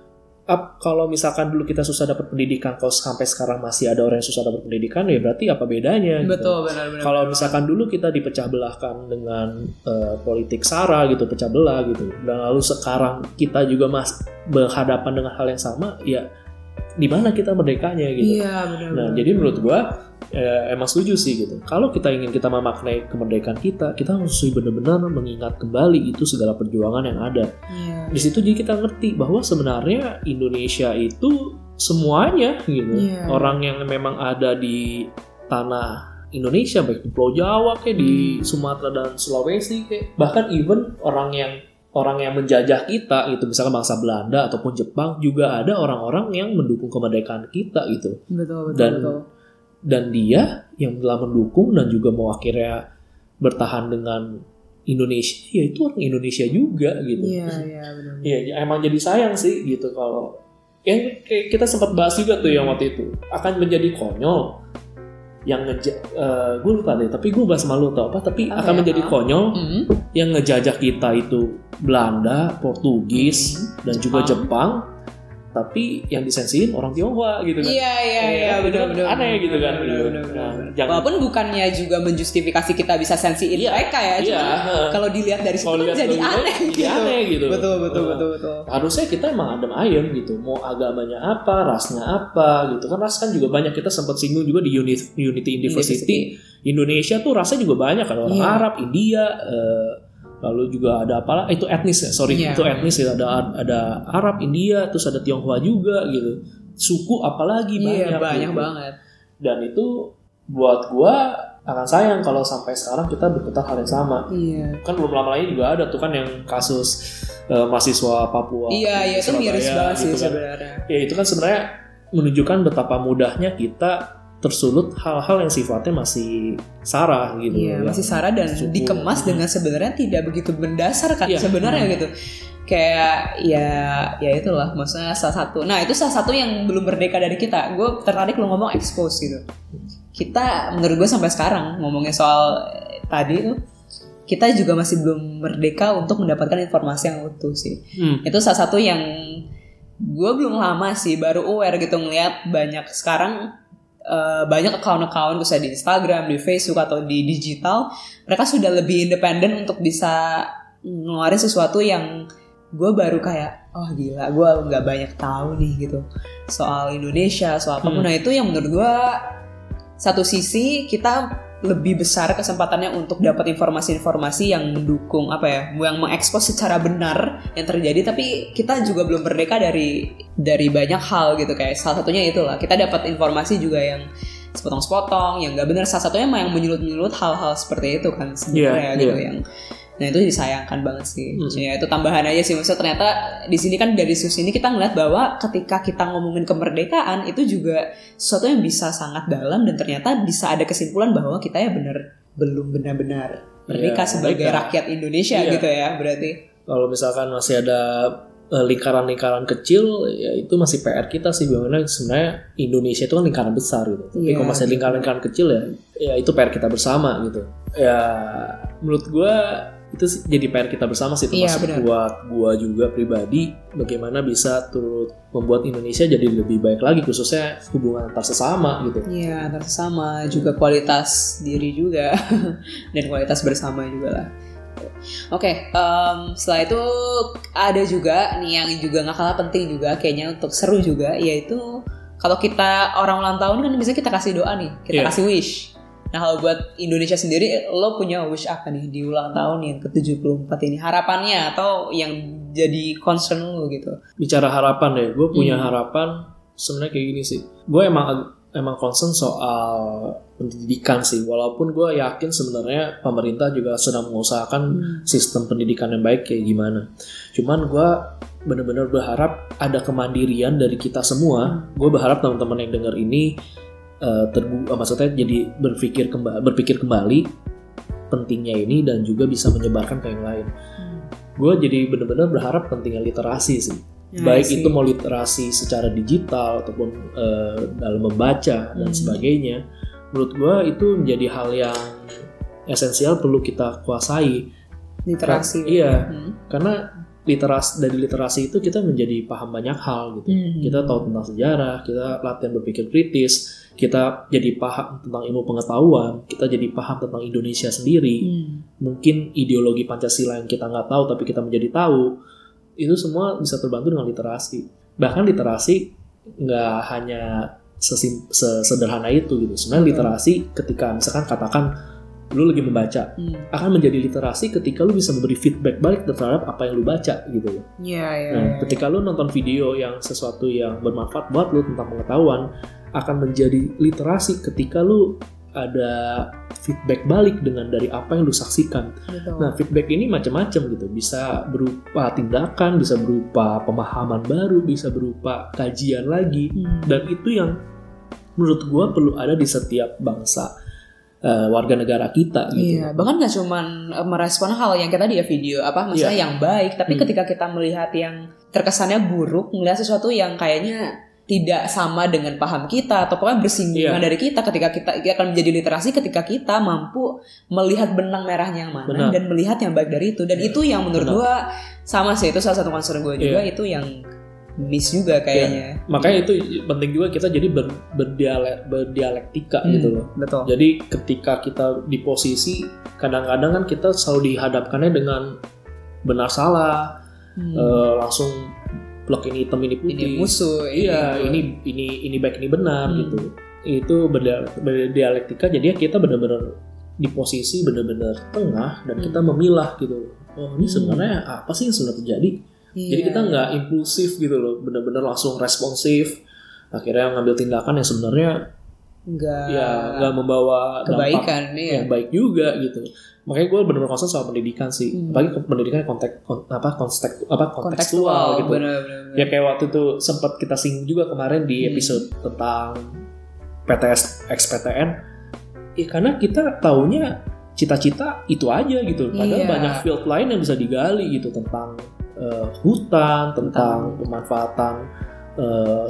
Kalau misalkan dulu kita susah dapat pendidikan, kalau sampai sekarang masih ada orang yang susah dapat pendidikan, ya berarti apa bedanya?
Betul,
gitu.
benar.
Kalau misalkan dulu kita dipecah belahkan dengan politik SARA gitu, pecah belah gitu, dan lalu sekarang kita juga berhadapan dengan hal yang sama, ya di mana kita merdekanya gitu.
Benar.
Jadi menurut gua emang setuju sih gitu. Kalau kita ingin kita memaknai kemerdekaan kita harus benar-benar mengingat kembali itu segala perjuangan yang ada. Di situ jadi kita ngerti bahwa sebenarnya Indonesia itu semuanya gitu. Orang yang memang ada di tanah Indonesia, baik di Pulau Jawa kayak di Sumatera dan Sulawesi kayak, bahkan even orang yang menjajah kita gitu, misalkan bangsa Belanda ataupun Jepang, juga ada orang-orang yang mendukung kemerdekaan kita gitu.
Betul.
Dan dia yang telah mendukung dan juga mau akhirnya bertahan dengan Indonesia, ya itu orang Indonesia juga gitu.
Benar.
Iya, emang jadi sayang sih gitu kalau yang kayak kita sempat bahas juga tuh yang waktu itu, akan menjadi konyol yang gue lupa deh, tapi gue bahas malu atau apa, tapi akan menjadi konyol yang ngejajah kita itu Belanda, Portugis dan juga Jepang, tapi yang disensiin orang Tionghoa gitu kan.
Iya, benar.
Aneh gitu kan.
Walaupun bukannya juga menjustifikasi kita bisa sensiin mereka ya, cuma kalau dilihat dari situ jadi aneh gitu. Betul.
Harusnya kita emang adem ayem gitu, mau agamanya apa, rasnya apa gitu kan. Ras kan juga banyak, kita sempat singgung juga di Unity University. Indonesia tuh rasanya juga banyak, ada orang Arab, India, lalu juga ada apalah, itu etnis ya, itu etnis ya, ada Arab, India, terus ada Tionghoa juga gitu, suku apalagi banyak
gitu. Banget.
Dan itu buat gua akan sayang kalau sampai sekarang kita berkutat hal yang sama. Kan belum lama lagi juga ada tuh kan yang kasus mahasiswa Papua.
Itu miris banget
gitu
sih
kan.
Sebenarnya.
Ya itu kan sebenarnya menunjukkan betapa mudahnya kita tersulut hal-hal yang sifatnya masih SARA gitu.
Masih SARA dan dikemas dengan sebenarnya tidak begitu mendasar kan sebenarnya gitu. Kayak ya itulah maksudnya salah satu. Nah, itu salah satu yang belum merdeka dari kita. Gue tertarik lo ngomong expose gitu. Kita menurut gue sampai sekarang ngomongnya soal tadi tuh, kita juga masih belum merdeka untuk mendapatkan informasi yang utuh sih. Itu salah satu yang gue belum lama sih, baru aware gitu ngeliat banyak sekarang banyak account-account khususnya di Instagram, di Facebook atau di digital, mereka sudah lebih independen untuk bisa ngeluarin sesuatu yang gue baru kayak gila, gue nggak banyak tahu nih gitu soal Indonesia, soal apapun. Nah itu yang menurut gue satu sisi kita lebih besar kesempatannya untuk dapat informasi-informasi yang mendukung yang mengekspos secara benar yang terjadi, tapi kita juga belum merdeka dari banyak hal gitu. Kayak salah satunya itulah, kita dapat informasi juga yang sepotong-sepotong, yang nggak benar. Salah satunya yang menyulut-menyulut hal-hal seperti itu kan sebenarnya gitu yang. Nah itu disayangkan banget sih. Ya itu tambahan aja sih, maksudnya ternyata di sini kan dari sisi ini kita ngeliat bahwa ketika kita ngomongin kemerdekaan itu juga sesuatu yang bisa sangat dalam, dan ternyata bisa ada kesimpulan bahwa kita ya belum benar-benar merdeka sebagai rakyat Indonesia gitu ya. Berarti
kalau misalkan masih ada lingkaran-lingkaran kecil, ya itu masih PR kita sih, bagaimana sebenarnya Indonesia itu kan lingkaran besar gitu. Tapi kalau masih lingkaran-lingkaran kecil ya itu PR kita bersama gitu. Ya menurut gue itu jadi PR kita bersama sih, termasuk buat gua juga pribadi, bagaimana bisa turut membuat Indonesia jadi lebih baik lagi, khususnya hubungan antar sesama gitu.
Iya, antar sesama, juga kualitas diri juga dan kualitas bersama juga lah. Oke, setelah itu ada juga nih yang juga nggak kalah penting juga kayaknya untuk seru juga, yaitu kalau kita orang ulang tahun kan biasanya kita kasih doa nih, kita kasih wish. Nah kalau buat Indonesia sendiri, lo punya wish apa nih di ulang tahun yang ke-74 ini? Harapannya atau yang jadi concern lo gitu?
Bicara harapan deh, gue punya harapan sebenarnya kayak gini sih. Gue emang concern soal pendidikan sih. Walaupun gue yakin sebenarnya pemerintah juga sedang mengusahakan sistem pendidikan yang baik kayak gimana. Cuman gue benar-benar berharap ada kemandirian dari kita semua. Gue berharap teman-teman yang dengar ini maksudnya jadi berpikir kembali pentingnya ini dan juga bisa menyebarkan ke yang lain. Gue jadi benar-benar berharap pentingnya literasi sih. Baik itu mau literasi secara digital ataupun dalam membaca dan sebagainya. Menurut gue itu menjadi hal yang esensial, perlu kita kuasai.
Literasi.
Karena dari literasi itu kita menjadi paham banyak hal gitu. Kita tahu tentang sejarah, kita latihan berpikir kritis, kita jadi paham tentang ilmu pengetahuan, kita jadi paham tentang Indonesia sendiri. Mungkin ideologi Pancasila yang kita nggak tahu tapi kita menjadi tahu, itu semua bisa terbantu dengan literasi. Bahkan literasi nggak hanya sesederhana itu gitu. Sebenarnya literasi ketika misalkan katakan lu lagi membaca, akan menjadi literasi ketika lu bisa memberi feedback balik terhadap apa yang lu baca gitu. Ketika lu nonton video yang sesuatu yang bermanfaat buat lu tentang pengetahuan, akan menjadi literasi ketika lu ada feedback balik dari apa yang lu saksikan. Nah, feedback ini macam-macam gitu. Bisa berupa tindakan, bisa berupa pemahaman baru, bisa berupa kajian lagi. Dan itu yang menurut gua perlu ada di setiap bangsa. Warga negara kita gitu.
Iya, bahkan nggak cuma merespon hal yang kita tadi video maksudnya yang baik, tapi ketika kita melihat yang terkesannya buruk, melihat sesuatu yang kayaknya tidak sama dengan paham kita atau pokoknya bersinggungan dari kita, ketika kita akan menjadi literasi ketika kita mampu melihat benang merahnya yang mana dan melihat yang baik dari itu. Dan itu yang menurut gua sama sih, itu salah satu concern gua juga, itu yang miss juga kayaknya.
Makanya itu penting juga kita jadi berdialektika gitu loh.
Betul.
Jadi ketika kita di posisi, kadang-kadang kan kita selalu dihadapkannya dengan benar salah, langsung blok ini hitam ini putih,
ini musuh,
ini baik ini benar gitu. Itu berdialektika, jadi kita benar-benar di posisi benar-benar tengah dan kita memilah gitu. Oh ini sebenarnya apa sih yang sebenarnya terjadi? Jadi kita nggak impulsif gitu loh, benar-benar langsung responsif, akhirnya ngambil tindakan yang sebenarnya nggak membawa
kebaikan
dampak yang baik juga gitu. Makanya gue benar-benar concern soal pendidikan sih, apalagi pendidikan kontekstual gitu.
Bener.
Ya kayak waktu itu sempat kita singgung juga kemarin di episode tentang PTS XPTN. Karena kita taunya cita-cita itu aja gitu, padahal banyak field lain yang bisa digali gitu tentang hutan, tentang pemanfaatan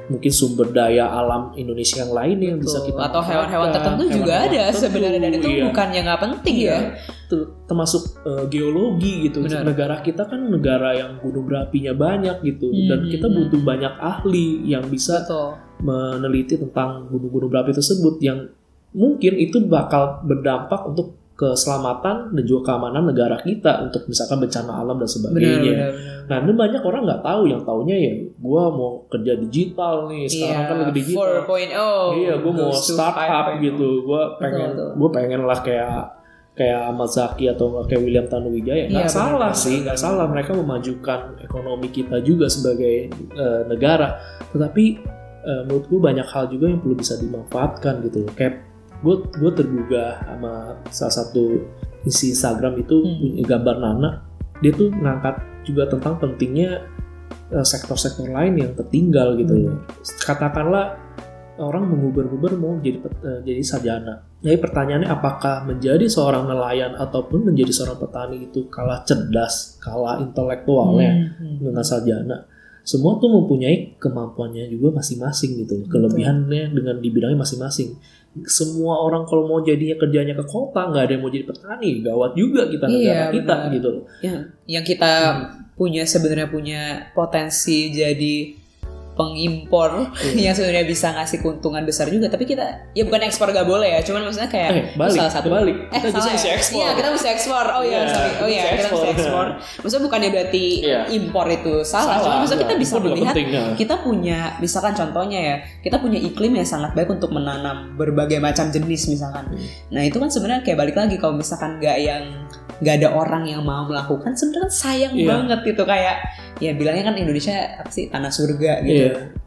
mungkin sumber daya alam Indonesia yang lain yang bisa kita
atau hewan-hewan tertentu juga ada sebenarnya, dan itu bukannya nggak penting ya.
Termasuk geologi gitu.
Benar.
Negara kita kan negara yang gunung berapinya banyak gitu, dan kita butuh banyak ahli yang bisa meneliti tentang gunung-gunung berapi tersebut, yang mungkin itu bakal berdampak untuk keselamatan dan juga keamanan negara kita untuk misalkan bencana alam dan sebagainya.
Benar.
Nah, ini banyak orang nggak tahu, yang taunya ya gue mau kerja digital nih, sekarang kan lagi digital.
4.0.
Iya, gue mau startup gitu, gue pengen lah kayak Ahmad Zaki atau kayak William Tanuwijaya. Nggak salah sih, nggak salah mereka memajukan ekonomi kita juga sebagai negara. Tetapi menurut gue banyak hal juga yang perlu bisa dimanfaatkan gitu. Kayak gue tergugah sama salah satu isi Instagram itu punya gambar Nana, dia tuh ngangkat juga tentang pentingnya sektor-sektor lain yang tertinggal gitu loh. Katakanlah orang menguber-uber mau jadi sarjana. Jadi pertanyaannya, apakah menjadi seorang nelayan ataupun menjadi seorang petani itu kalah cerdas, kalah intelektualnya dengan sarjana? Semua tuh mempunyai kemampuannya juga masing-masing gitu loh. Kelebihannya dengan di bidangnya masing-masing. Semua orang kalau mau jadinya kerjanya ke kota, nggak ada yang mau jadi petani, gawat juga kita negara kita gitu loh.
Yang kita sebenarnya punya potensi jadi pengimpor yang sebenarnya bisa ngasih keuntungan besar juga, tapi kita ya bukan ekspor gak boleh ya, cuman maksudnya kayak salah satu
kita bisa ekspor.
Iya, kita bisa ekspor. Kita bisa ekspor. Maksudnya bukannya berarti impor itu salah. Cuma maksudnya kita bisa melihat kita punya, misalkan contohnya ya, kita punya iklim yang sangat baik untuk menanam berbagai macam jenis misalkan. Nah, itu kan sebenarnya kayak balik lagi, kalau misalkan nggak ada orang yang mau melakukan, sebenarnya sayang banget gitu. Kayak ya bilangnya kan Indonesia apa sih, tanah surga gitu.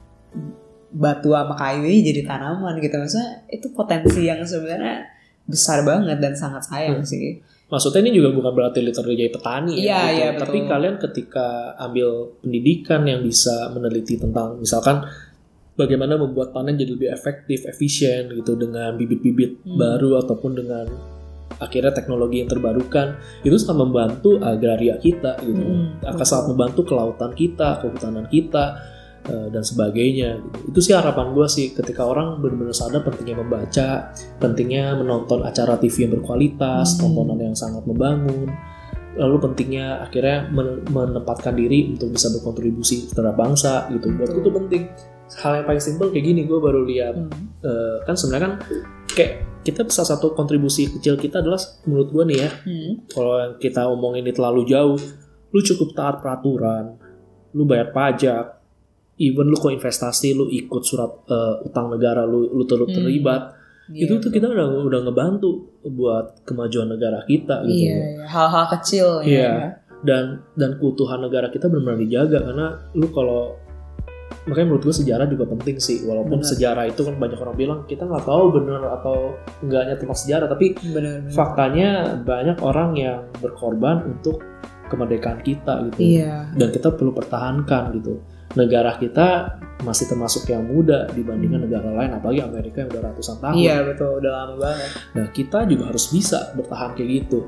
Batu sama kayu jadi tanaman gitu. Maksudnya itu potensi yang sebenarnya besar banget dan sangat sayang sih.
Maksudnya ini juga bukan berarti literally jadi petani ya, gitu.
Iya,
Tapi kalian ketika ambil pendidikan yang bisa meneliti tentang misalkan bagaimana membuat panen jadi lebih efektif, efisien gitu, dengan bibit-bibit baru ataupun dengan akhirnya teknologi yang terbarukan, itu sangat membantu agraria kita gitu. Akan sangat membantu kelautan kita, kehutanan kita, dan sebagainya gitu. Itu sih harapan gue sih, ketika orang benar-benar sadar pentingnya membaca, pentingnya menonton acara TV yang berkualitas, tontonan yang sangat membangun, lalu pentingnya akhirnya menempatkan diri untuk bisa berkontribusi terhadap bangsa gitu. Buat gue itu penting. Hal yang paling simpel kayak gini, gue baru lihat kan sebenarnya kan kayak kita salah satu kontribusi kecil kita adalah menurut gue nih ya, kalau kita omongin ini terlalu jauh, lu cukup taat peraturan, lu bayar pajak, even lu kok investasi, lu ikut surat utang negara, lu terlibat, itu tuh kita udah ngebantu buat kemajuan negara kita gitu.
Hal-hal kecil ya.
Dan keutuhan negara kita benar-benar dijaga, karena lu kalau makanya menurut gue sejarah juga penting sih, walaupun sejarah itu kan banyak orang bilang kita nggak tahu benar atau enggaknya tentang sejarah, tapi faktanya banyak orang yang berkorban untuk kemerdekaan kita gitu. Dan kita perlu pertahankan gitu. Negara kita masih termasuk yang muda dibandingkan negara lain, apalagi Amerika yang udah ratusan tahun.
Iya betul, udah lama banget.
Nah, kita juga harus bisa bertahan kayak gitu.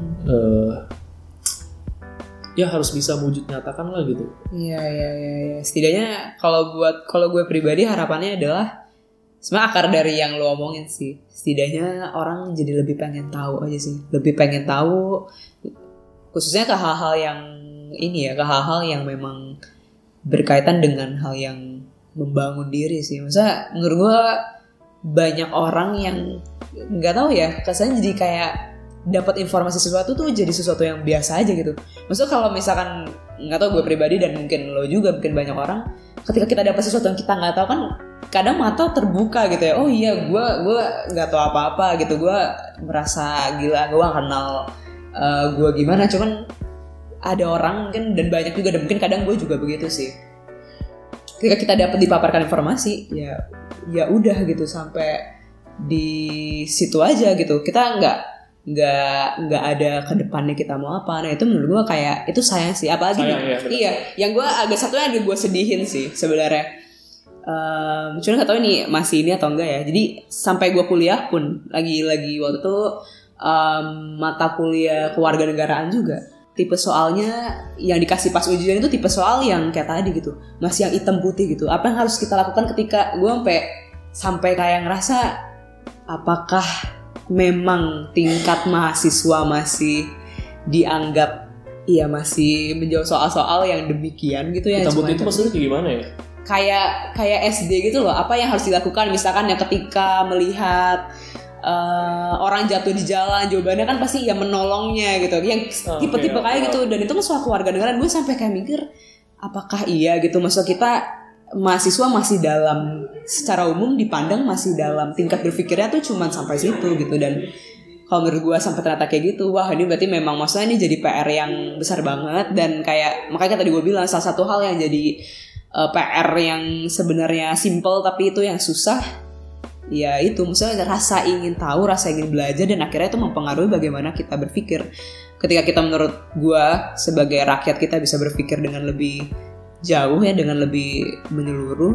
Ya harus bisa wujud nyatakan lah gitu.
Iya. Setidaknya kalau gue pribadi harapannya adalah sebenarnya akar dari yang lo omongin sih. Setidaknya orang jadi lebih pengen tahu aja sih. Lebih pengen tahu, khususnya ke hal-hal yang ini ya, ke hal-hal yang memang berkaitan dengan hal yang membangun diri sih. Maksudnya menurut gue banyak orang yang nggak tahu ya, kesannya jadi kayak dapat informasi sesuatu tuh jadi sesuatu yang biasa aja gitu. Maksudnya kalau misalkan nggak tahu, gue pribadi dan mungkin lo juga, mungkin banyak orang, ketika kita dapat sesuatu yang kita nggak tahu kan kadang mata terbuka gitu ya. Oh iya, gue nggak tahu apa-apa gitu. Gue merasa gila, gue gak kenal gue gimana. Cuman ada orang mungkin, dan banyak juga, dan mungkin kadang gue juga begitu sih. Ketika kita dapat dipaparkan informasi, ya udah gitu, sampai di situ aja gitu. Kita nggak ada ke depannya kita mau apa. Nah itu menurut gue kayak itu sayang sih, apalagi yang gue agak satunya ada gue sedihin sih sebenarnya. Cuma nggak tahu ini masih ini atau enggak ya. Jadi sampai gue kuliah pun lagi waktu itu mata kuliah kewarganegaraan juga, tipe soalnya yang dikasih pas ujian itu tipe soal yang kayak tadi gitu, masih yang hitam putih gitu. Apa yang harus kita lakukan ketika gue sampai kayak ngerasa apakah memang tingkat mahasiswa masih dianggap masih menjawab soal-soal yang demikian gitu ya.
Hitam putih itu maksudnya gimana ya?
Kayak SD gitu loh. Apa yang harus dilakukan misalkan ya ketika melihat orang jatuh di jalan, jawabannya kan pasti ya menolongnya gitu, yang tipe-tipe kayak gitu. Dan itu kan soal keluarga negaraan. Gue sampai kayak mikir apakah iya gitu, maksud kita mahasiswa masih dalam, secara umum dipandang masih dalam tingkat berpikirnya tuh cuman sampai situ gitu. Dan kalau menurut gue sampai ternyata kayak gitu, wah ini berarti memang maksudnya ini jadi PR yang besar banget. Dan kayak makanya tadi gue bilang salah satu hal yang jadi PR yang sebenarnya simple tapi itu yang susah, ya itu maksudnya rasa ingin tahu, rasa ingin belajar, dan akhirnya itu mempengaruhi bagaimana kita berpikir. Ketika kita menurut gue sebagai rakyat kita bisa berpikir dengan lebih jauh ya, dengan lebih menyeluruh,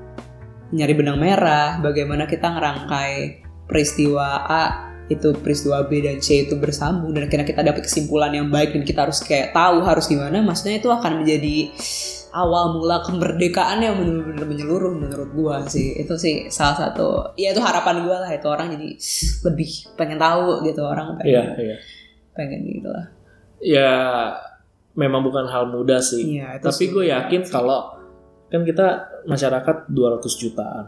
nyari benang merah, bagaimana kita ngerangkai peristiwa A itu peristiwa B dan C itu bersambung, dan akhirnya kita dapat kesimpulan yang baik dan kita harus kayak tahu harus gimana. Maksudnya itu akan menjadi awal mula kemerdekaan yang benar-benar menyeluruh menurut gue sih. Itu sih salah satu, ya itu harapan gue lah, itu orang jadi lebih pengen tahu gitu, orang pengen gitu lah.
Ya memang bukan hal mudah sih, tapi gue yakin kalau kan kita masyarakat 200 jutaan,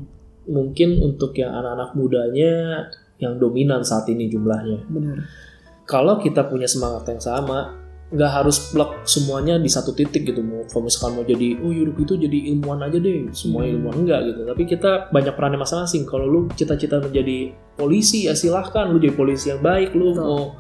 mungkin untuk yang anak-anak mudanya yang dominan saat ini jumlahnya.
Benar.
Kalau kita punya semangat yang sama, nggak harus blok semuanya di satu titik gitu. Kalau misalkan mau jadi yaudah itu jadi ilmuwan aja deh, semua ilmuwan, enggak gitu. Tapi kita banyak perannya masing-masing. Kalau lu cita-cita menjadi polisi ya silahkan, lu jadi polisi yang baik. Lu mau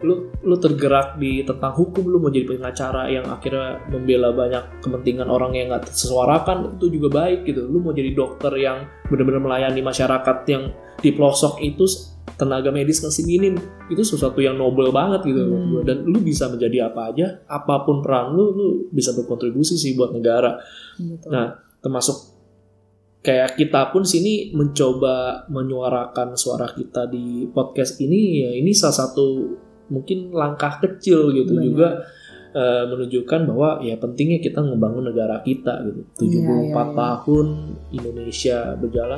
lu tergerak di tentang hukum, lu mau jadi pengacara yang akhirnya membela banyak kepentingan orang yang nggak tersuarakan, itu juga baik gitu. Lu mau jadi dokter yang benar-benar melayani masyarakat yang di pelosok itu, tenaga medis masih minim, itu sesuatu yang noble banget gitu. Dan lu bisa menjadi apa aja, apapun peran lu bisa berkontribusi sih buat negara. Betul. Nah, termasuk kayak kita pun sini mencoba menyuarakan suara kita di podcast ini, ya ini salah satu mungkin langkah kecil gitu. Benar. Juga menunjukkan bahwa ya pentingnya kita ngebangun negara kita gitu. 74 tahun Indonesia berjalan,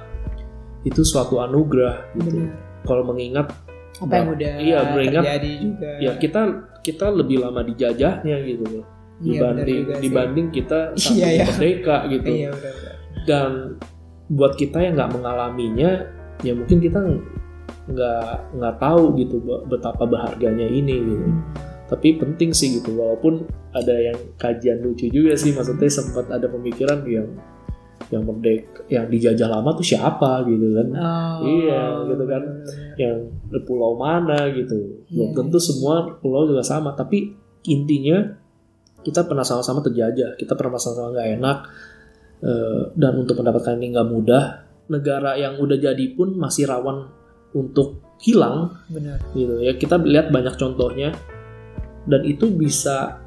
itu suatu anugerah gitu. Kalau mengingat
apa yang udah terjadi juga. Ya
kita lebih lama dijajahnya gitu loh. Dibanding kita saat merdeka gitu. Iya, benar. Dan buat kita yang nggak mengalaminya, ya mungkin kita nggak tahu gitu betapa berharganya ini gitu. Tapi penting sih gitu, walaupun ada yang kajian lucu juga sih, maksudnya sempat ada pemikiran yang merdeka, yang dijajah lama tuh siapa gitu kan. Gitu kan. Yang di pulau mana gitu. Belum tentu semua pulau juga sama, tapi intinya kita pernah sama-sama terjajah, kita pernah sama-sama gak enak, dan untuk mendapatkan ini gak mudah. Negara yang udah jadi pun masih rawan untuk hilang.
Benar.
Gitu ya, kita lihat banyak contohnya, dan itu bisa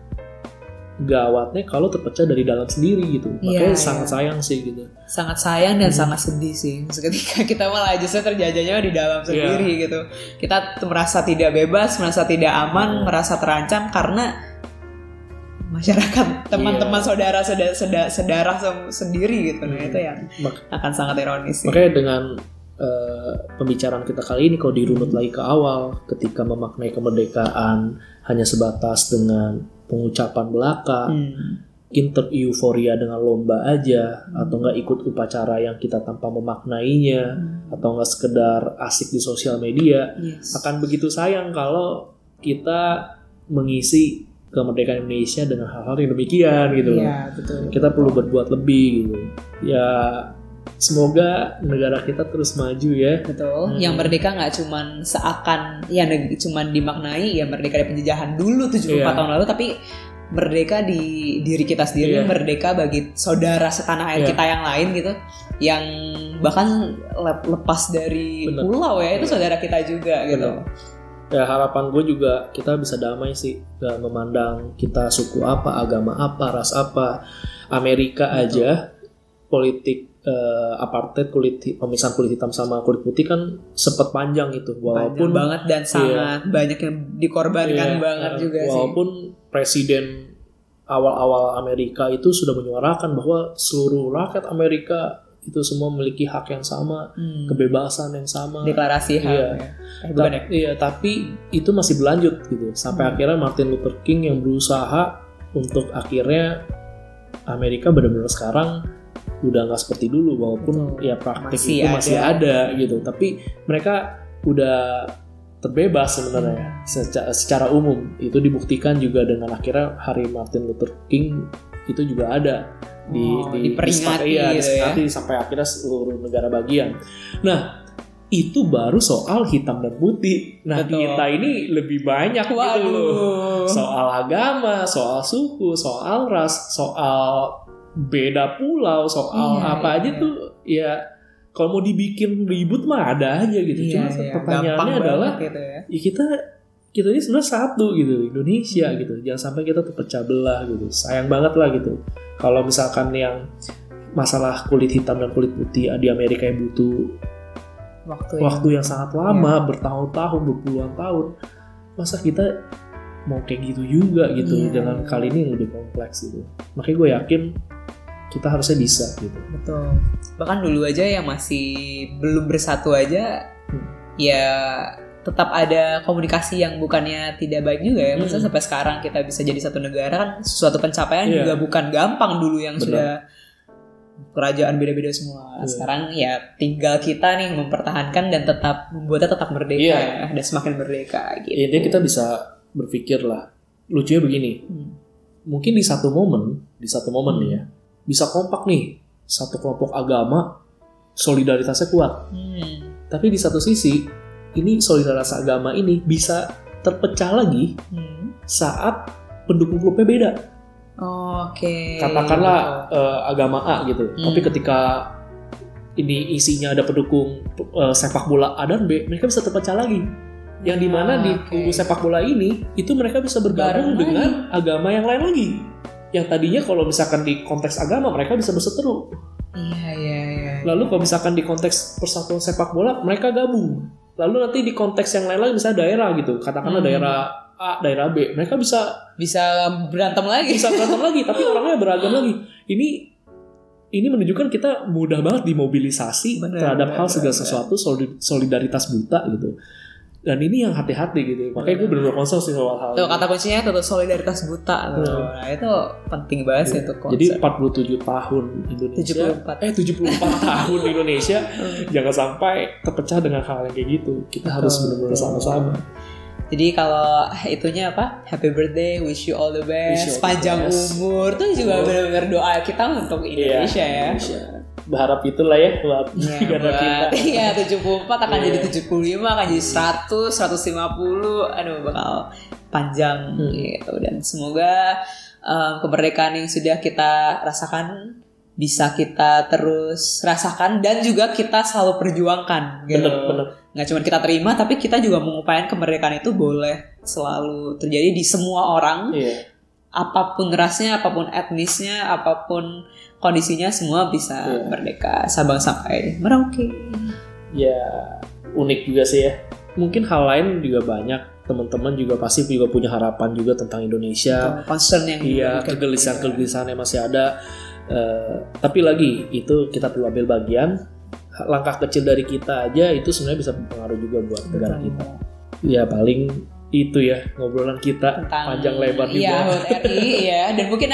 gawatnya kalau terpecah dari dalam sendiri gitu. Makanya sangat sayang sih gitu.
Sangat sayang dan sangat sedih sih. Ketika kita malah justru terjajahnya di dalam sendiri gitu. Kita merasa tidak bebas, merasa tidak aman, merasa terancam karena masyarakat, teman-teman, saudara sendiri gitu. Nah itu yang akan sangat ironis sih.
Makanya dengan pembicaraan kita kali ini, kalau dirunut lagi ke awal, ketika memaknai kemerdekaan hanya sebatas dengan pengucapan belaka, mungkin tereuforia dengan lomba aja, atau nggak ikut upacara yang kita tanpa memaknainya, atau nggak sekedar asik di sosial media, akan begitu sayang kalau kita mengisi kemerdekaan Indonesia dengan hal-hal yang demikian gitu.
Betul.
Kita perlu berbuat lebih gitu. Ya semoga negara kita terus maju ya.
Betul. Yang merdeka nggak cuman seakan ya cuman dimaknai ya merdeka dari penjajahan dulu 74 tahun lalu, tapi merdeka di diri kita sendiri, merdeka bagi saudara setanah air kita yang lain gitu, yang bahkan lepas dari pulau ya, itu saudara kita juga gitu.
Ya harapan gue juga kita bisa damai sih, gak memandang kita suku apa, agama apa, ras apa. Amerika aja politik apartheid pemisahan kulit hitam sama kulit putih kan sempat panjang itu,
panjang
walaupun
banget dan sangat banyak yang dikorbankan banget juga sih.
Walaupun presiden awal-awal Amerika itu sudah menyuarakan bahwa seluruh rakyat Amerika itu semua memiliki hak yang sama, kebebasan yang sama.
Deklarasi hak.
Tapi itu masih berlanjut gitu sampai akhirnya Martin Luther King yang berusaha untuk akhirnya Amerika benar-benar sekarang udah nggak seperti dulu, walaupun ya praktik itu masih ada gitu, tapi mereka udah terbebas sebenarnya secara umum. Itu dibuktikan juga dengan akhirnya Hari Martin Luther King itu juga ada diperingati sampai akhirnya seluruh negara bagian. Nah, itu baru soal hitam dan putih. Nah, kita ini lebih banyak gitu loh. Soal agama, soal suku, soal ras, soal beda pulau, soal apa aja tuh ya kalau mau dibikin ribut mah ada aja gitu. Cuma pertanyaannya adalah gitu ya kita ini sebenarnya satu gitu, Indonesia gitu. Jangan sampai kita terpecah belah gitu. Sayang banget lah gitu. Kalau misalkan yang masalah kulit hitam dan kulit putih di Amerika yang butuh waktu yang sangat lama, bertahun-tahun, berpuluhan tahun, masa kita mau kayak gitu juga gitu. Dengan kali ini lebih kompleks gitu. Makanya gue yakin kita harusnya bisa gitu.
Betul. Bahkan dulu aja yang masih belum bersatu aja ya tetap ada komunikasi yang bukannya tidak baik juga ya. Maksudnya sampai sekarang kita bisa jadi satu negara kan suatu pencapaian juga bukan gampang dulu yang sudah kerajaan beda-beda semua. Sekarang ya tinggal kita nih mempertahankan dan tetap membuatnya tetap merdeka dan semakin merdeka gitu.
Intinya kita bisa berpikir lah. Lucunya begini. Mungkin di satu momen nih ya, bisa kompak nih satu kelompok agama, solidaritasnya kuat. Tapi di satu sisi ini solidaritas agama ini bisa terpecah lagi saat pendukung klubnya beda. Katakanlah agama A gitu. Tapi ketika ini isinya ada pendukung sepak bola A dan B, mereka bisa terpecah lagi. Yang dimana di kubu sepak bola ini itu mereka bisa bergabung dengan agama yang lain lagi. Yang tadinya kalau misalkan di konteks agama mereka bisa berseteru.
Iya.
Lalu kalau misalkan di konteks persatuan sepak bola mereka gabung. Lalu nanti di konteks yang lain lagi misalnya daerah gitu, katakanlah daerah A, daerah B, mereka bisa
berantem lagi.
Tapi orangnya beragam lagi. Ini menunjukkan kita mudah banget dimobilisasi terhadap hal segala sesuatu, solidaritas buta gitu. Dan ini yang hati-hati gitu. Makanya gue benar-benar concern sih soal hal
itu. Kata kuncinya itu solidaritas buta. Nah, itu penting banget sih itu konsep.
Jadi 47 tahun Indonesia 74 tahun Indonesia jangan sampai terpecah dengan hal yang kayak gitu. Kita harus benar-benar sama-sama.
Jadi kalau itunya apa? Happy birthday, wish you all the best, panjang umur. Itu juga benar-benar doa kita untuk Indonesia ya. Berharap itulah ya buat negara kita. Iya, 74 akan jadi 75, akan jadi 100, 150. Aduh, bakal panjang gitu. Dan semoga kemerdekaan yang sudah kita rasakan bisa kita terus rasakan dan juga kita selalu perjuangkan gitu.
Bener.
Nggak cuma kita terima, tapi kita juga mengupayakan kemerdekaan itu boleh selalu terjadi di semua orang. Apapun rasnya, apapun etnisnya, apapun kondisinya, semua bisa merdeka Sabang sampai Merauke. Ya, unik juga sih ya. Mungkin hal lain juga banyak. Teman-teman juga pasti juga punya harapan juga tentang Indonesia. Concern yang kegelisahan yang masih ada. Tapi lagi itu kita perlu ambil bagian. Langkah kecil dari kita aja itu sebenarnya bisa berpengaruh juga buat negara kita. Ya paling itu ya ngobrolan kita tentang, panjang lebar juga. Iya, RI ya. Dan mungkin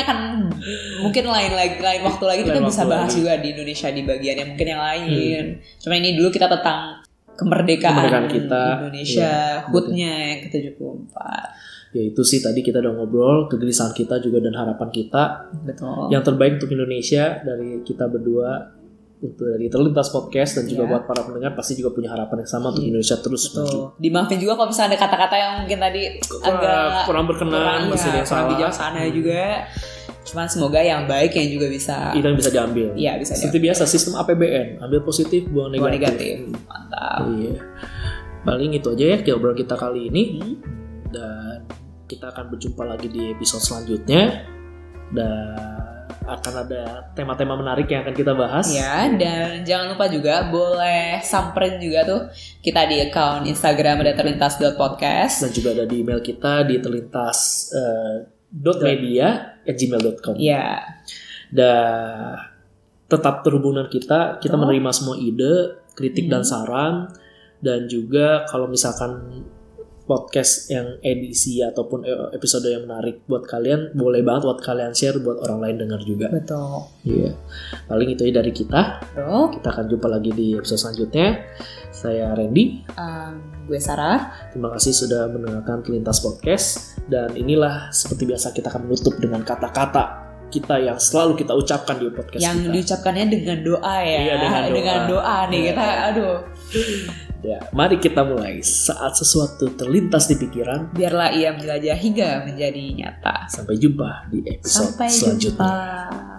lain waktu lagi kita bisa bahas juga di Indonesia di bagian yang mungkin yang lain. Cuma ini dulu kita tentang kemerdekaan kita Indonesia, HUT-nya yang ke-74.
Ya itu sih tadi kita udah ngobrol kegelisahan kita juga dan harapan kita.
Betul.
Yang terbaik untuk Indonesia dari kita berdua. Untuk dari Terlintas Podcast dan juga buat para pendengar pasti juga punya harapan yang sama untuk Indonesia terus maju.
Dimaafin juga kalau misalnya ada kata-kata yang mungkin tadi agak
kurang berkenan, masih ada yang salah.
Bijaksana juga. Cuman semoga yang baik yang juga bisa
diambil.
Iya, bisa.
Seperti biasa sistem APBN, ambil positif, buang negatif.
Mantap.
Iya. Paling itu aja ya obrolan kita kali ini. Dan kita akan berjumpa lagi di episode selanjutnya. Dan akan ada tema-tema menarik yang akan kita bahas.
Ya, dan jangan lupa juga boleh samperin juga tuh kita di account Instagram ada terlintas.podcast.
Dan juga ada di email kita di terlintas.media@gmail.com.
Ya.
Dan tetap terhubungan kita menerima semua ide, kritik dan saran. Dan juga kalau misalkan podcast yang edisi ataupun episode yang menarik buat kalian, boleh banget buat kalian share buat orang lain dengar juga.
Betul.
Iya. Paling itu ya dari kita.
Betul.
Kita akan jumpa lagi di episode selanjutnya. Saya Randy.
Gue Sarah.
Terima kasih sudah mendengarkan Terlintas Podcast. Dan inilah seperti biasa kita akan menutup dengan kata-kata kita yang selalu kita ucapkan di podcast
yang
kita.
diucapkannya dengan doa ya.
Iya, dengan
doa nih kita. Aduh.
Ya, mari kita mulai. Saat sesuatu terlintas di pikiran,
biarlah ia menjelajah hingga menjadi nyata.
Sampai jumpa di episode selanjutnya.
Sampai jumpa.